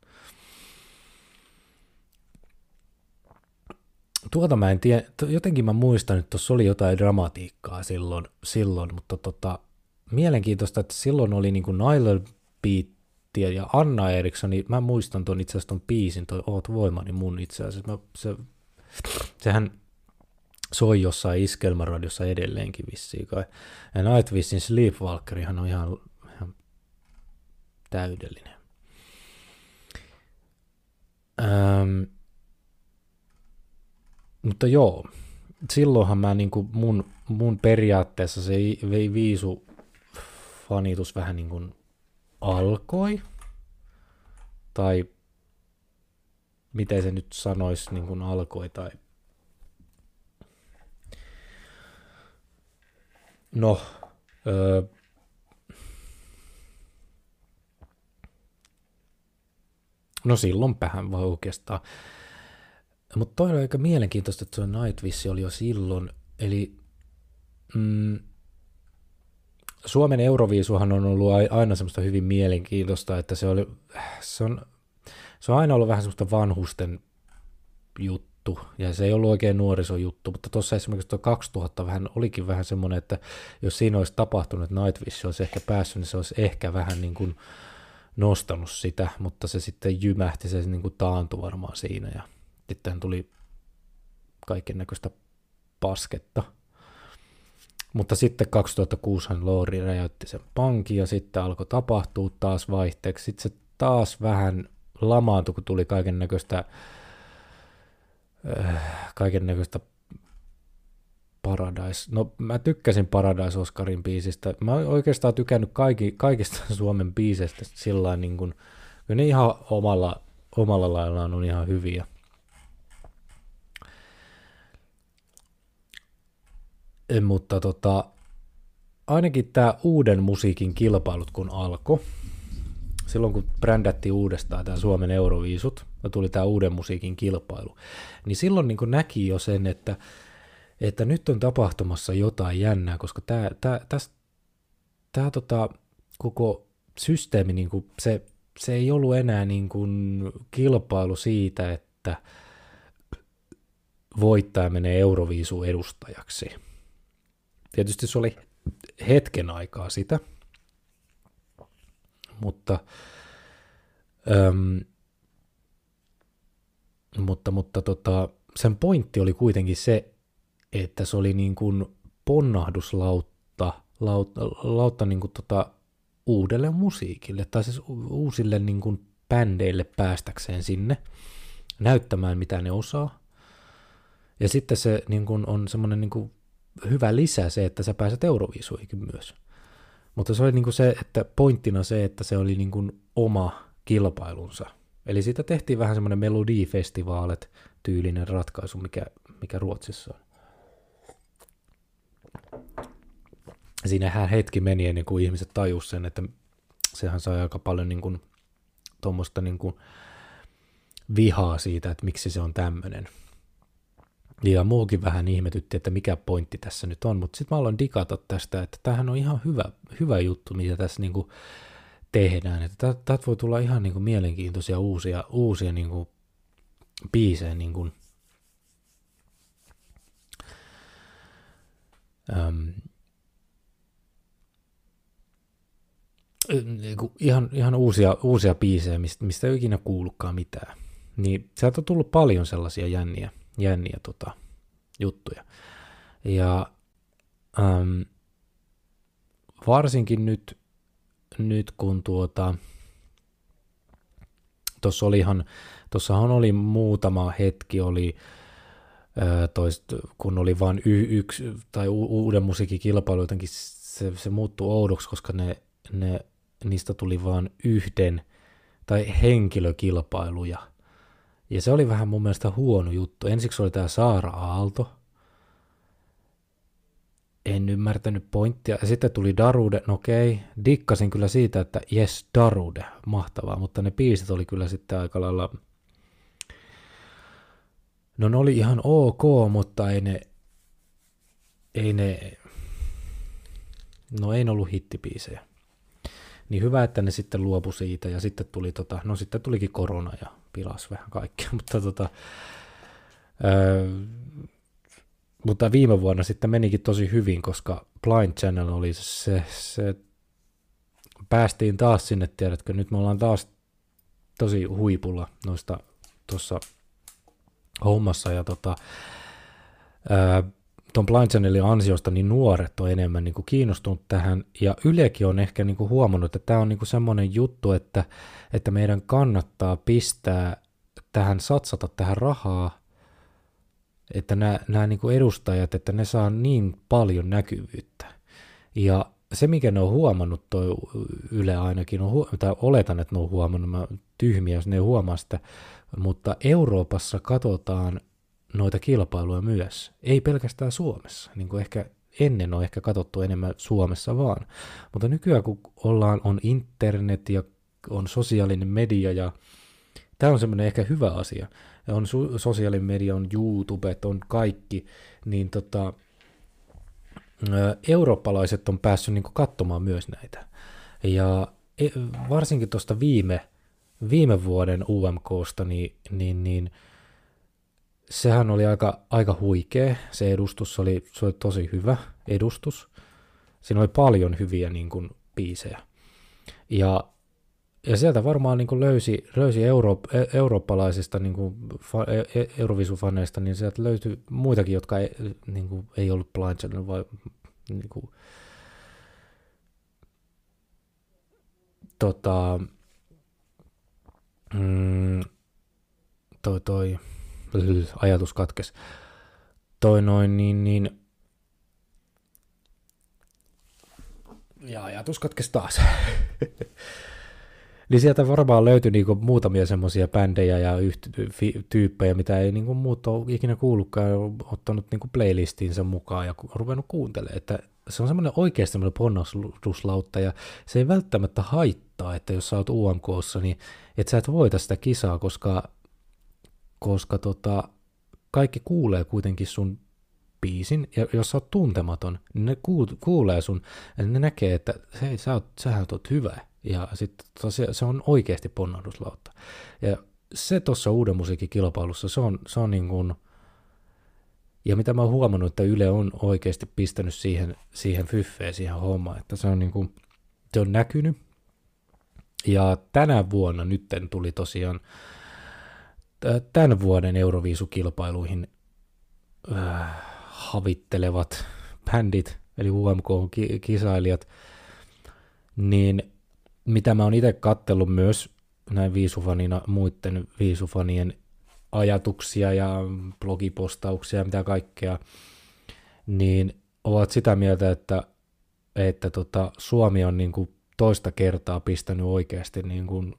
Tuota mä en tiedä, jotenkin mä muistan, että tuossa oli jotain dramatiikkaa silloin mutta mielenkiintoista, että silloin oli niin kuin Nylon Beatia ja Anna Eriksson, niin mä muistan tuon itse asiassa tuon biisin, toi Oot voimani mun itse asiassa. Sehän soi jossain iskelmäradiossa edelleenkin vissiin kai. Ja Nightwishin Sleepwalkerihan on ihan täydellinen. Mutta joo, silloinhan mä niinku mun periaatteessa se viisu fanitus vähän niin kuin alkoi, tai miten se nyt sanoisi, niin kuin alkoi, tai no, no silloinpähän voi oikeastaan. Mutta toi on aika mielenkiintoista, että se Nightwish oli jo silloin, eli Suomen Euroviisuhan on ollut aina semmoista hyvin mielenkiintoista, että se on aina ollut vähän semmoista vanhusten juttu, ja se ei ollut oikein nuorisojuttu, mutta tuossa esimerkiksi tuo 2000 olikin vähän semmoinen, että jos siinä olisi tapahtunut, että Nightwish olisi ehkä päässyt, niin se olisi ehkä vähän niin kuin nostanut sitä, mutta se sitten jymähti, se niin kuin taantui varmaan siinä, ja sitten tuli kaiken näköistä pasketta. Mutta sitten 2006 Loori räjäytti sen pankin ja sitten alkoi tapahtua taas vaihteeksi. Sitten se taas vähän lamaantui, kun tuli kaiken näköistä Paradise. No mä tykkäsin Paradise Oscarin biisistä. Mä oon oikeastaan tykännyt kaikista Suomen biiseistä sillä niin kuin, ne ihan omalla laillaan on ihan hyviä. Mutta ainakin tämä uuden musiikin kilpailut kun alkoi, silloin kun brändättiin uudestaan tämä Suomen Euroviisut ja tuli tämä uuden musiikin kilpailu, niin silloin niin kuin näki jo sen, että nyt on tapahtumassa jotain jännää, koska tämä koko systeemi, niin kuin se ei ollut enää niin kuin kilpailu siitä, että voittaja menee Euroviisuun edustajaksi. Tietysti se oli hetken aikaa sitä, mutta sen pointti oli kuitenkin se, että se oli niin kuin ponnahduslautta niin kuin uudelle musiikille, tai siis uusille niin kuin bändeille päästäkseen sinne, näyttämään mitä ne osaa. Ja sitten se niin kuin on semmoinen niin kuin hyvä lisä se, että sä pääset Euroviisuihin myös. Mutta se oli niin kuin se, että pointtina se, että se oli niin kuin oma kilpailunsa. Eli siitä tehtiin vähän semmoinen Melodifestivaalet tyylinen ratkaisu, mikä Ruotsissa on. Siinähän hetki meni ennen kuin ihmiset tajusivat sen, että sehän sai aika paljon niin kuin tuommoista niin kuin vihaa siitä, että miksi se on tämmöinen. Ja muukin vähän ihmetytti, että mikä pointti tässä nyt on, mutta sitten mä aloin digata tästä, että tämähän on ihan hyvä juttu, mitä tässä niinku tehdään, että täältä voi tulla ihan niinku mielenkiintoisia uusia niinku biisejä niinku, niinku ihan uusia biisejä, mistä ei ole ikinä kuullutkaan mitään. Niin sieltä on tullut paljon sellaisia jänniä juttuja. Ja varsinkin nyt kun tuossahan oli muutama hetki, kun oli vain yksi tai uuden musiikin kilpailu, jotenkin se muuttui oudoksi, koska niistä tuli vain yhden tai henkilökilpailuja. Ja se oli vähän mun mielestä huono juttu. Ensiksi oli tämä Saara Aalto. En ymmärtänyt pointtia. Ja sitten tuli Darude. No okei, dikkasin kyllä siitä, että jes, Darude, mahtavaa. Mutta ne biisit oli kyllä sitten aika lailla... No ne oli ihan ok, mutta ei ne ollut hittibiisejä. Niin hyvä, että ne sitten luopu siitä, ja sitten tuli sitten tulikin korona ja pilas vähän kaikkea, mutta viime vuonna sitten menikin tosi hyvin, koska Blind Channel oli se päästiin taas sinne, tiedätkö, nyt me ollaan taas tosi huipulla tuossa hommassa, ja tuon Blind Channelin ansiosta niin nuoret on enemmän niin kuin kiinnostunut tähän, ja Ylekin on ehkä niin kuin huomannut, että tämä on niin kuin semmoinen juttu, että meidän kannattaa satsata tähän rahaa, että nämä niin kuin edustajat, että ne saa niin paljon näkyvyyttä. Ja se, mikä ne on huomannut, toi Yle ainakin, tai oletan, että ne on huomannut, mä tyhmiä, jos ne ei huomaa sitä, mutta Euroopassa katsotaan noita kilpailuja myös, ei pelkästään Suomessa, niin kuin ehkä ennen on ehkä katsottu enemmän Suomessa vaan, mutta nykyään kun on internet ja on sosiaalinen media, ja tämä on semmoinen ehkä hyvä asia, ja on sosiaalinen media, on YouTube, on kaikki, niin eurooppalaiset on päässyt niin kuin katsomaan myös näitä, ja varsinkin tuosta viime vuoden UMKsta, niin sehän oli aika huikea, se edustus, se oli tosi hyvä edustus. Siinä oli paljon hyviä niin kuin, biisejä. Ja sieltä varmaan niin kuin löysi eurooppalaisista niin kuin, Eurovisu-faneista, niin sieltä löytyi muitakin, jotka ei ollut Blind Channel, vai niin kuin, ajatus katkesi. Ja ajatus katkesi taas. Niin sieltä varmaan löytyi niinku muutamia semmoisia bändejä ja tyyppejä, mitä ei niinku muut ole ikinä kuullutkaan, ja ottanut niinku playlistiinsa mukaan ja ruvennut kuuntelemaan. Että se on semmoinen oikeasti semmoinen ponnahduslautta, ja se ei välttämättä haittaa, että jos sä oot UMK:ssa, niin että sä et voita sitä kisaa, koska kaikki kuulee kuitenkin sun biisin, ja jos sä oot tuntematon, niin ne kuulee sun, eli ne näkee, että hei, sähän oot hyvä, ja sitten se on oikeasti ponnahduslautta. Ja se tuossa uuden musiikin kilpailussa, se on niin kuin, ja mitä mä oon huomannut, että Yle on oikeasti pistänyt siihen fyffeen, siihen hommaan, että se on niin kuin, se on näkynyt, ja tänä vuonna nytten tuli tosiaan tämän vuoden Euroviisukilpailuihin havittelevat bändit, eli UMK-kisailijat, niin mitä mä oon itse katsellut myös näin viisufanina muiden viisufanien ajatuksia ja blogipostauksia ja mitä kaikkea, niin ovat sitä mieltä, että Suomi on niin kuin toista kertaa pistänyt oikeasti niin kuin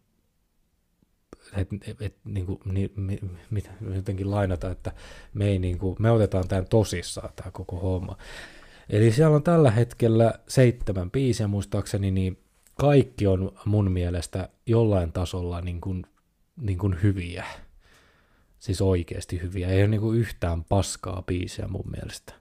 jotenkin lainata, että me otetaan tämän tosissaan, tämä koko homma. Eli siellä on tällä hetkellä 7 biisiä muistaakseni, niin kaikki on mun mielestä jollain tasolla niin kuin hyviä. Siis oikeasti hyviä. Ei ole niinku yhtään paskaa biisiä mun mielestä.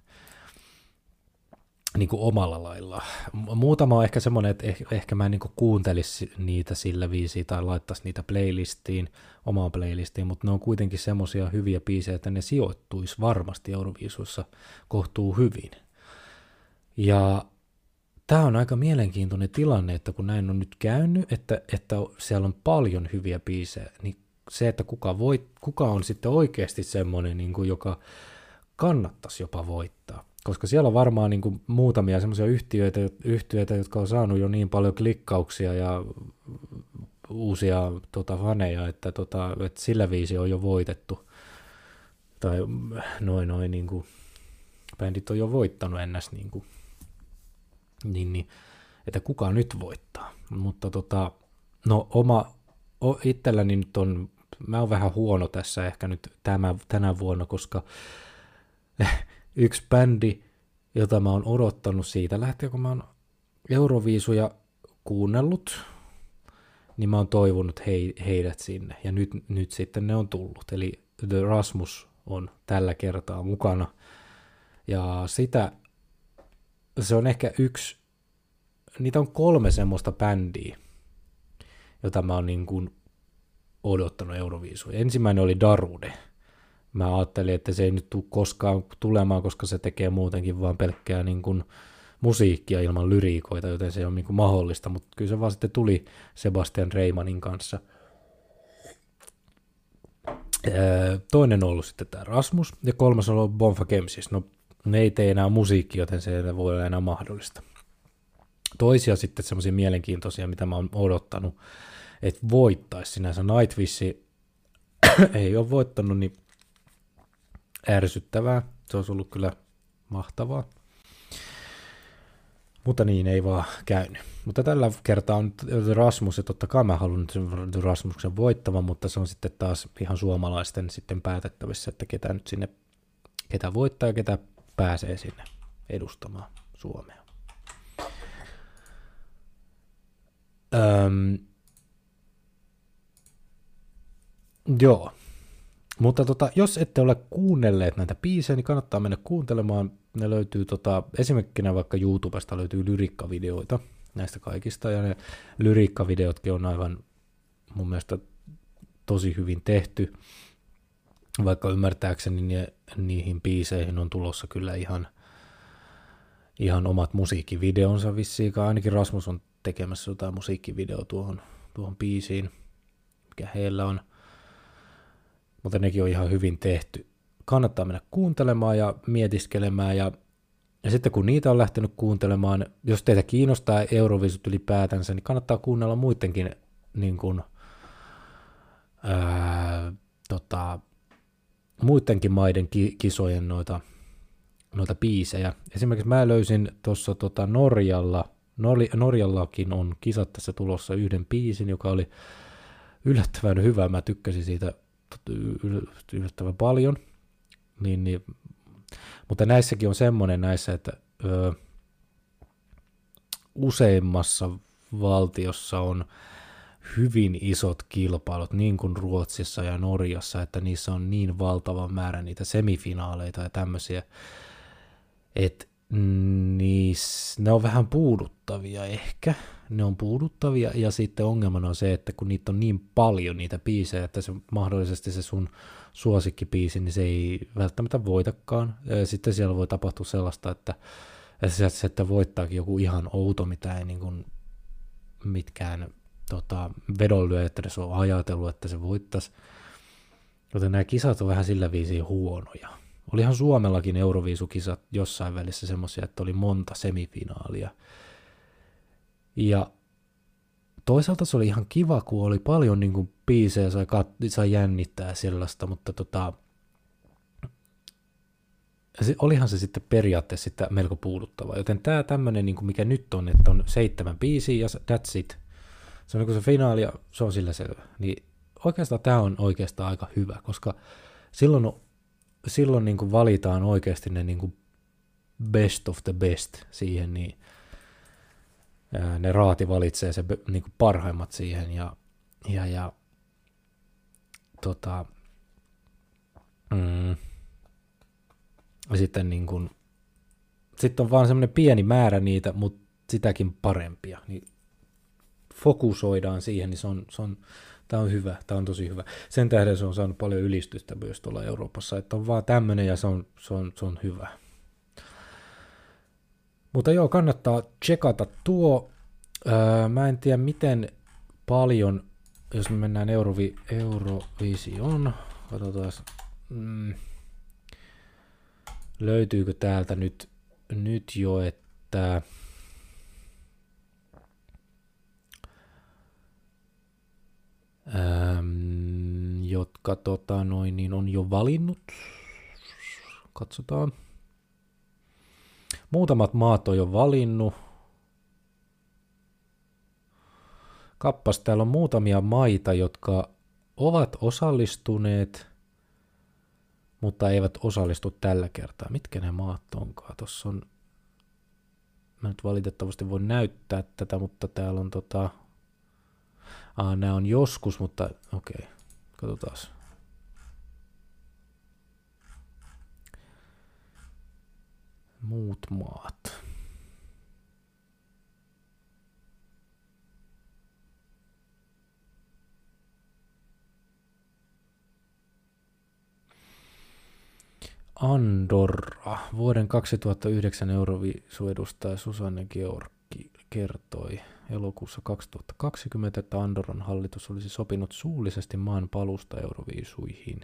Niinku omalla lailla. Muutama on ehkä semmoinen, että ehkä mä en niinku kuuntelisi niitä sillä viisiin tai laittaisi niitä playlistiin, omaan playlistiin, mutta ne on kuitenkin semmoisia hyviä biisejä, että ne sijoittuisi varmasti Euroviisuissa kohtuu hyvin. Ja tämä on aika mielenkiintoinen tilanne, että kun näin on nyt käynyt, että siellä on paljon hyviä biisejä, niin se, että kuka on sitten oikeasti semmoinen, niin kuin, joka kannattaisi jopa voittaa. Koska siellä on varmaan niin kuin muutamia semmoisia yhtiöitä, jotka on saanut jo niin paljon klikkauksia ja uusia faneja, että sillä viisi on jo voitettu. Tai noin niin kuin, bändit on jo voittanut ennäs niin kuin, niin, että kuka nyt voittaa. Mutta no itselläni nyt on, mä oon vähän huono tässä ehkä nyt tänä vuonna, koska yksi bändi, jota mä oon odottanut siitä lähtien, kun mä oon Euroviisuja kuunnellut, niin mä oon toivonut heidät sinne, ja nyt sitten ne on tullut. Eli The Rasmus on tällä kertaa mukana, ja se on ehkä niitä on 3 semmoista bändiä, jota mä oon niin kuin odottanut Euroviisuja. Ensimmäinen oli Darude. Mä ajattelin, että se ei nyt tule koskaan tulemaan, koska se tekee muutenkin vaan pelkkää niin kuin musiikkia ilman lyriikoita, joten se on niin kuin mahdollista, mutta kyllä se vaan sitten tuli Sebastian Reimanin kanssa. Toinen on ollut sitten tämä Rasmus, ja 3. on ollut Bonfa Kemsis. No, ne ei tee enää musiikkia, joten se ei voi olla enää mahdollista. Toisia sitten semmoisia mielenkiintoisia, mitä mä oon odottanut, että voittaisi sinänsä. Nightwish ei ole voittanut, niin ärsyttävää. Se olisi ollut kyllä mahtavaa. Mutta niin ei vaan käynyt. Mutta tällä kertaa on Rasmus, ja totta kai mä haluan nyt Rasmuksen voittavan, mutta se on sitten taas ihan suomalaisten sitten päätettävissä, että ketä voittaa ja ketä pääsee sinne edustamaan Suomea. Joo, mutta jos ette ole kuunnelleet näitä biisejä, niin kannattaa mennä kuuntelemaan. Ne löytyy esimerkkinä vaikka YouTubesta löytyy lyriikkavideoita näistä kaikista, ja ne lyriikkavideotkin on aivan mun mielestä tosi hyvin tehty, vaikka ymmärtääkseni niihin biiseihin on tulossa kyllä ihan omat musiikkivideonsa vissiin, ainakin Rasmus on tekemässä jotain musiikkivideoa tuohon biisiin, mikä heillä on, mutta nekin on ihan hyvin tehty. Kannattaa mennä kuuntelemaan ja mietiskelemään, ja sitten kun niitä on lähtenyt kuuntelemaan, jos teitä kiinnostaa Euroviisut ylipäätänsä, niin kannattaa kuunnella muidenkin niin kuin, muidenkin maiden kisojen noita biisejä. Esimerkiksi mä löysin tuossa Norjallakin on kisat tässä tulossa yhden biisin, joka oli yllättävän hyvä. Mä tykkäsin siitä yllättävän paljon. Niin, mutta näissäkin on semmoinen että useimmassa valtiossa on hyvin isot kilpailut, niin kuin Ruotsissa ja Norjassa, että niissä on niin valtava määrä niitä semifinaaleita ja tämmöisiä, että ne on vähän puuduttavia ehkä. Ne on puuduttavia, ja sitten ongelmana on se, että kun niitä on niin paljon niitä biisejä, että se mahdollisesti se sun suosikkibiisi, niin se ei välttämättä voitakaan. Sitten siellä voi tapahtua sellaista, että voittaakin joku ihan outo, mitä ei niin kuin mitkään vedonlyöjät edes ole ajatellut, että se voittaisi. Joten nämä kisat on vähän sillä viisiin huonoja. Olihan Suomellakin Euroviisukisat jossain välissä semmoisia, että oli monta semifinaalia. Ja toisaalta se oli ihan kiva, kun oli paljon niin kuin biisejä, sai jännittää sellaista, mutta olihan se sitten periaatteessa sitten melko puuduttava. Joten tämä tämmöinen, niin kuin mikä nyt on, että on 7 biisiä ja that's it. Se on niin kuin se finaali ja se on sillä selvä. Niin oikeastaan tämä on oikeastaan aika hyvä, koska silloin niin kuin valitaan oikeasti ne niin kuin best of the best siihen, niin ne raati valitsee se niin kuin parhaimmat siihen, ja Ja sitten niin kuin, sitten on vaan semmoinen pieni määrä niitä, mutta sitäkin parempia. Niin fokusoidaan siihen, niin tämä on hyvä, tämä on tosi hyvä. Sen tähden se on saanut paljon ylistystä myös tuolla Euroopassa, että on vaan tämmöinen ja se on hyvä. Mutta joo, kannattaa tsekata tuo. Mä en tiedä miten paljon, jos me mennään Eurovisioon, katsotaan, löytyykö täältä nyt jo, että jotka niin on jo valinnut. Katsotaan. Muutamat maat on jo valinnut. Kappas, täällä on muutamia maita, jotka ovat osallistuneet, mutta eivät osallistu tällä kertaa. Mitkä ne maat onkaan? Tuossa on, mä nyt valitettavasti voin näyttää tätä, mutta täällä on nämä on joskus, mutta okei, katsotaan. Muut maat. Andorra. Vuoden 2009 Euroviisuedustaja Susanne Georgi kertoi elokuussa 2020, että Andorran hallitus olisi sopinut suullisesti maan palusta Euroviisuihin.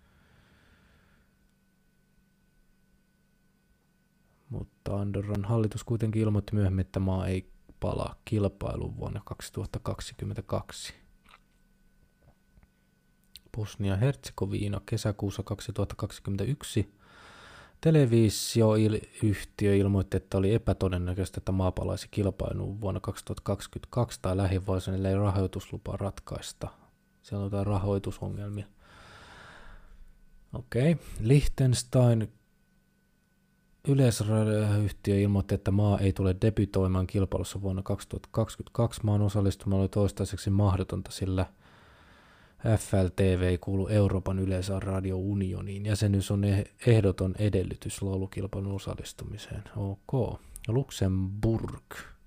Mutta Andorran hallitus kuitenkin ilmoitti myöhemmin, että maa ei palaa kilpailuun vuonna 2022. Bosnia-Herzegovina kesäkuussa 2021. Televisioyhtiö ilmoitti, että oli epätodennäköistä, että maa palaisi kilpailuun vuonna 2022 tai lähivuosina, ellei rahoituslupaa ratkaista. Siellä on jotain rahoitusongelmia. Okei. Liechtenstein yleisradioyhtiö ilmoitti, että maa ei tule debytoimaan kilpailussa vuonna 2022. Maan osallistuminen oli toistaiseksi mahdotonta, sillä FLTV ei kuulu Euroopan yleisradiounioniin. Jäsenyys on ehdoton edellytys laulukilpailun osallistumiseen. OK. Luxemburg.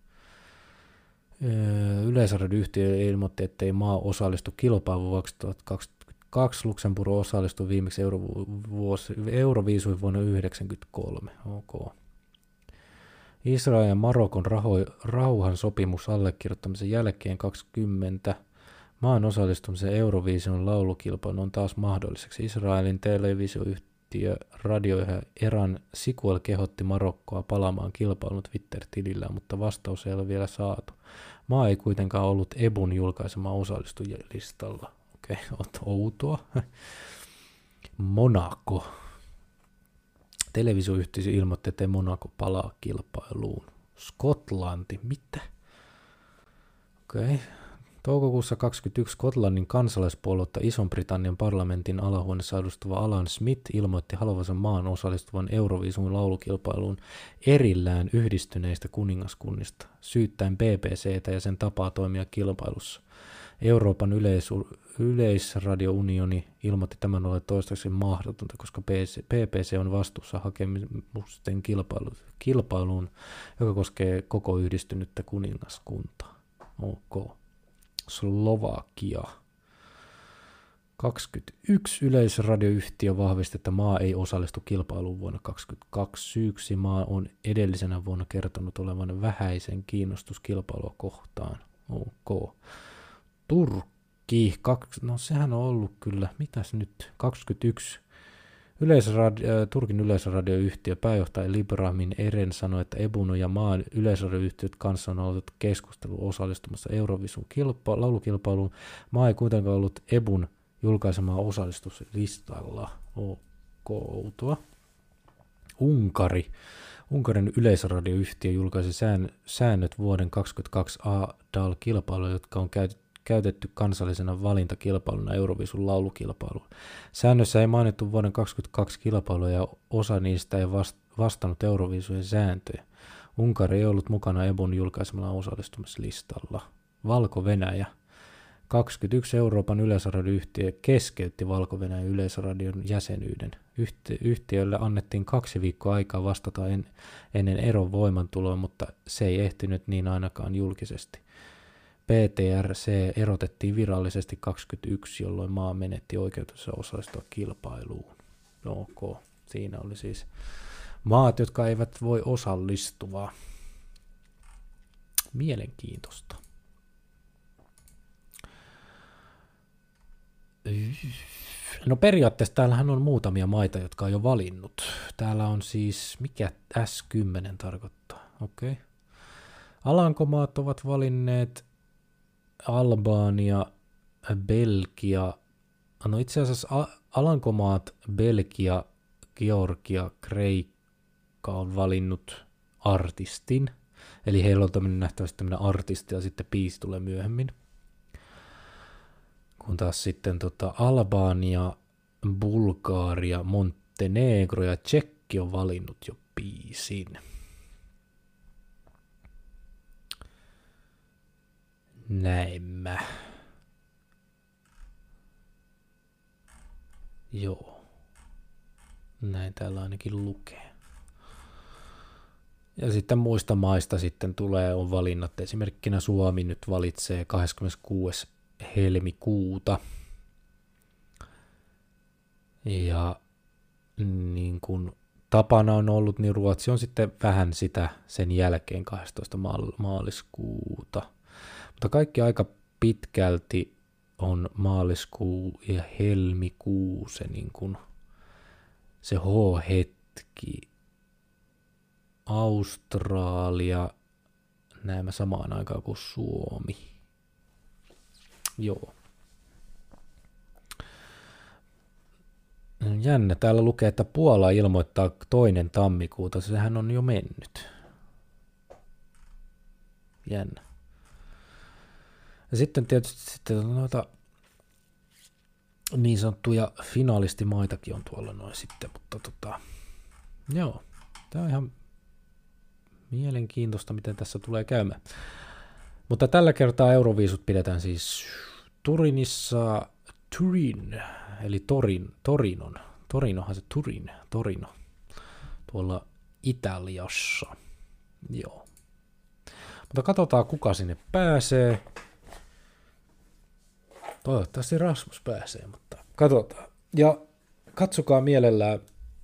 Yleisradioyhtiö ilmoitti, ettei maa osallistu kilpailuun 2022. Luxemburg osallistui viimeksi Euroviisuihin vuonna 1993. OK. Israelin ja Marokon rauhansopimus allekirjoittamisen jälkeen 20 maan osallistumisen Euroviision laulukilpailu on taas mahdolliseksi. Israelin televisioyhtiö Radio Eran Sikuel kehotti Marokkoa palaamaan kilpailun Twitter-tilillään, mutta vastaus ei ole vielä saatu. Maa ei kuitenkaan ollut EBUn julkaisema osallistujalistalla. Okei, outoa. Monaco. Televisioyhtiö ilmoitti, että Monaco palaa kilpailuun. Skotlanti, mitä? Okei. Toukokuussa 2021 Skotlannin kansalaispuoluetta Ison-Britannian parlamentin alahuoneessa edustava Alan Smith ilmoitti haluavansa maan osallistuvan Euroviisun laulukilpailuun erillään yhdistyneistä kuningaskunnista, syyttäen BBCtä ja sen tapaa toimia kilpailussa. Euroopan yleisradiounioni ilmoitti tämän ole toistaiseksi mahdotonta, koska BBC on vastuussa hakemusten kilpailuun, joka koskee koko yhdistynyttä kuningaskuntaa. OK. Slovakia. 21 yleisradioyhtiö vahvisti, että maa ei osallistu kilpailuun vuonna 2022. Syyksi maa on edellisenä vuonna kertonut olevan vähäisen kiinnostuskilpailua kohtaan. OK. Turkki. No sehän on ollut kyllä, mitäs nyt? 21. Turkin yleisradioyhtiö pääjohtaja Libramin Eren sanoi, että EBUN ja maan yleisradioyhtiöt kanssa on ollut keskustelu osallistumassa Eurovisun laulukilpailuun. Maa ei kuitenkaan ollut EBUN julkaisemaa osallistuslistalla. Outoa. Unkari. Unkarin yleisradioyhtiö julkaisi säännöt vuoden 2022 ADAL-kilpailuja, jotka on käytetty kansallisena valintakilpailuna Euroviisun laulukilpailuun. Säännössä ei mainittu vuoden 2022 kilpailua ja osa niistä ei vastannut Euroviisujen sääntöjä. Unkari ei ollut mukana EBUn julkaisemalla osallistumislistalla. Valko-Venäjä. 21 Euroopan yleisradioyhtiö keskeytti Valko-Venäjän yleisradion jäsenyyden. Yhtiölle annettiin 2 viikkoa aikaa vastata ennen eron voimantuloa, mutta se ei ehtinyt niin ainakaan julkisesti. PTRC erotettiin virallisesti 21, jolloin maa menetti oikeutensa osallistua kilpailuun. Ok, siinä oli siis maat, jotka eivät voi osallistua. Mielenkiintoista. No periaatteessa täällähän on muutamia maita, jotka on jo valinnut. Täällä on siis, mikä S10 tarkoittaa? Okei. Okay. Alankomaat ovat valinneet Albania, Belgia. No itse asiassa Alankomaat, Belgia, Georgia, Kreikka on valinnut artistin. Eli heillä on nähtävästi tämmöinen artisti ja sitten biisi tulee myöhemmin. Kun taas sitten Albania, Bulgaria, Montenegro ja Tšekki on valinnut jo biisin. Näemmä. Joo. Näin täällä ainakin lukee. Ja sitten muista maista sitten on valinnat. Esimerkkinä Suomi nyt valitsee 26. helmikuuta. Ja niin kuin tapana on ollut, niin Ruotsi on sitten vähän sitä sen jälkeen 12. maaliskuuta. Mutta kaikki aika pitkälti on maaliskuu ja helmikuu se, niin kuin se H-hetki. Australia näemme samaan aikaan kuin Suomi. Joo. Jännä. Täällä lukee, että Puola ilmoittaa 2. tammikuuta. Sehän on jo mennyt. Jännä. Ja sitten tietysti sitten noita niin sanottuja finalistimaitakin on tuolla noin sitten, mutta joo. Tää on ihan mielenkiintoista, miten tässä tulee käymään. Mutta tällä kertaa Euroviisut pidetään siis Turin, eli Torinohan se Torino, tuolla Italiassa. Joo. Mutta katsotaan, kuka sinne pääsee. Toivottavasti Rasmus pääsee, mutta katsotaan. Ja katsokaa mielellään,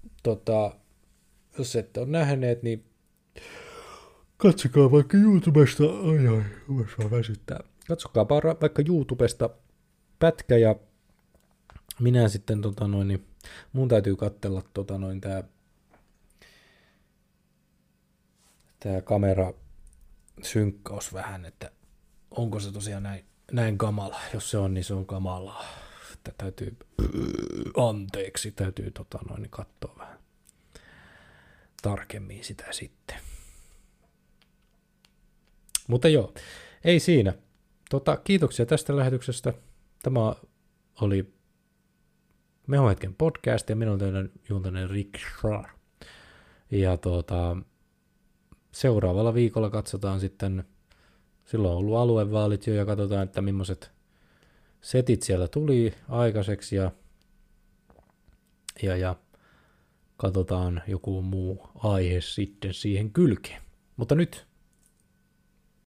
jos ette ole nähneet, niin katsokaa vaikka YouTubesta, väsyttää. Katsokaa vaikka YouTubesta pätkä ja minä sitten niin mun täytyy katsella tää kamera synkkaus vähän, että onko se tosiaan näin kamala. Jos se on, niin se on kamalaa. Että täytyy katsoa vähän tarkemmin sitä sitten. Mutta joo, ei siinä. Kiitoksia tästä lähetyksestä. Tämä oli Mehohetken podcast ja minun teidän juontainen Rick Schrar. Ja seuraavalla viikolla katsotaan sitten, silloin on ollut aluevaalit jo ja katsotaan, että millaiset setit siellä tuli aikaiseksi ja katsotaan joku muu aihe sitten siihen kylkeen. Mutta nyt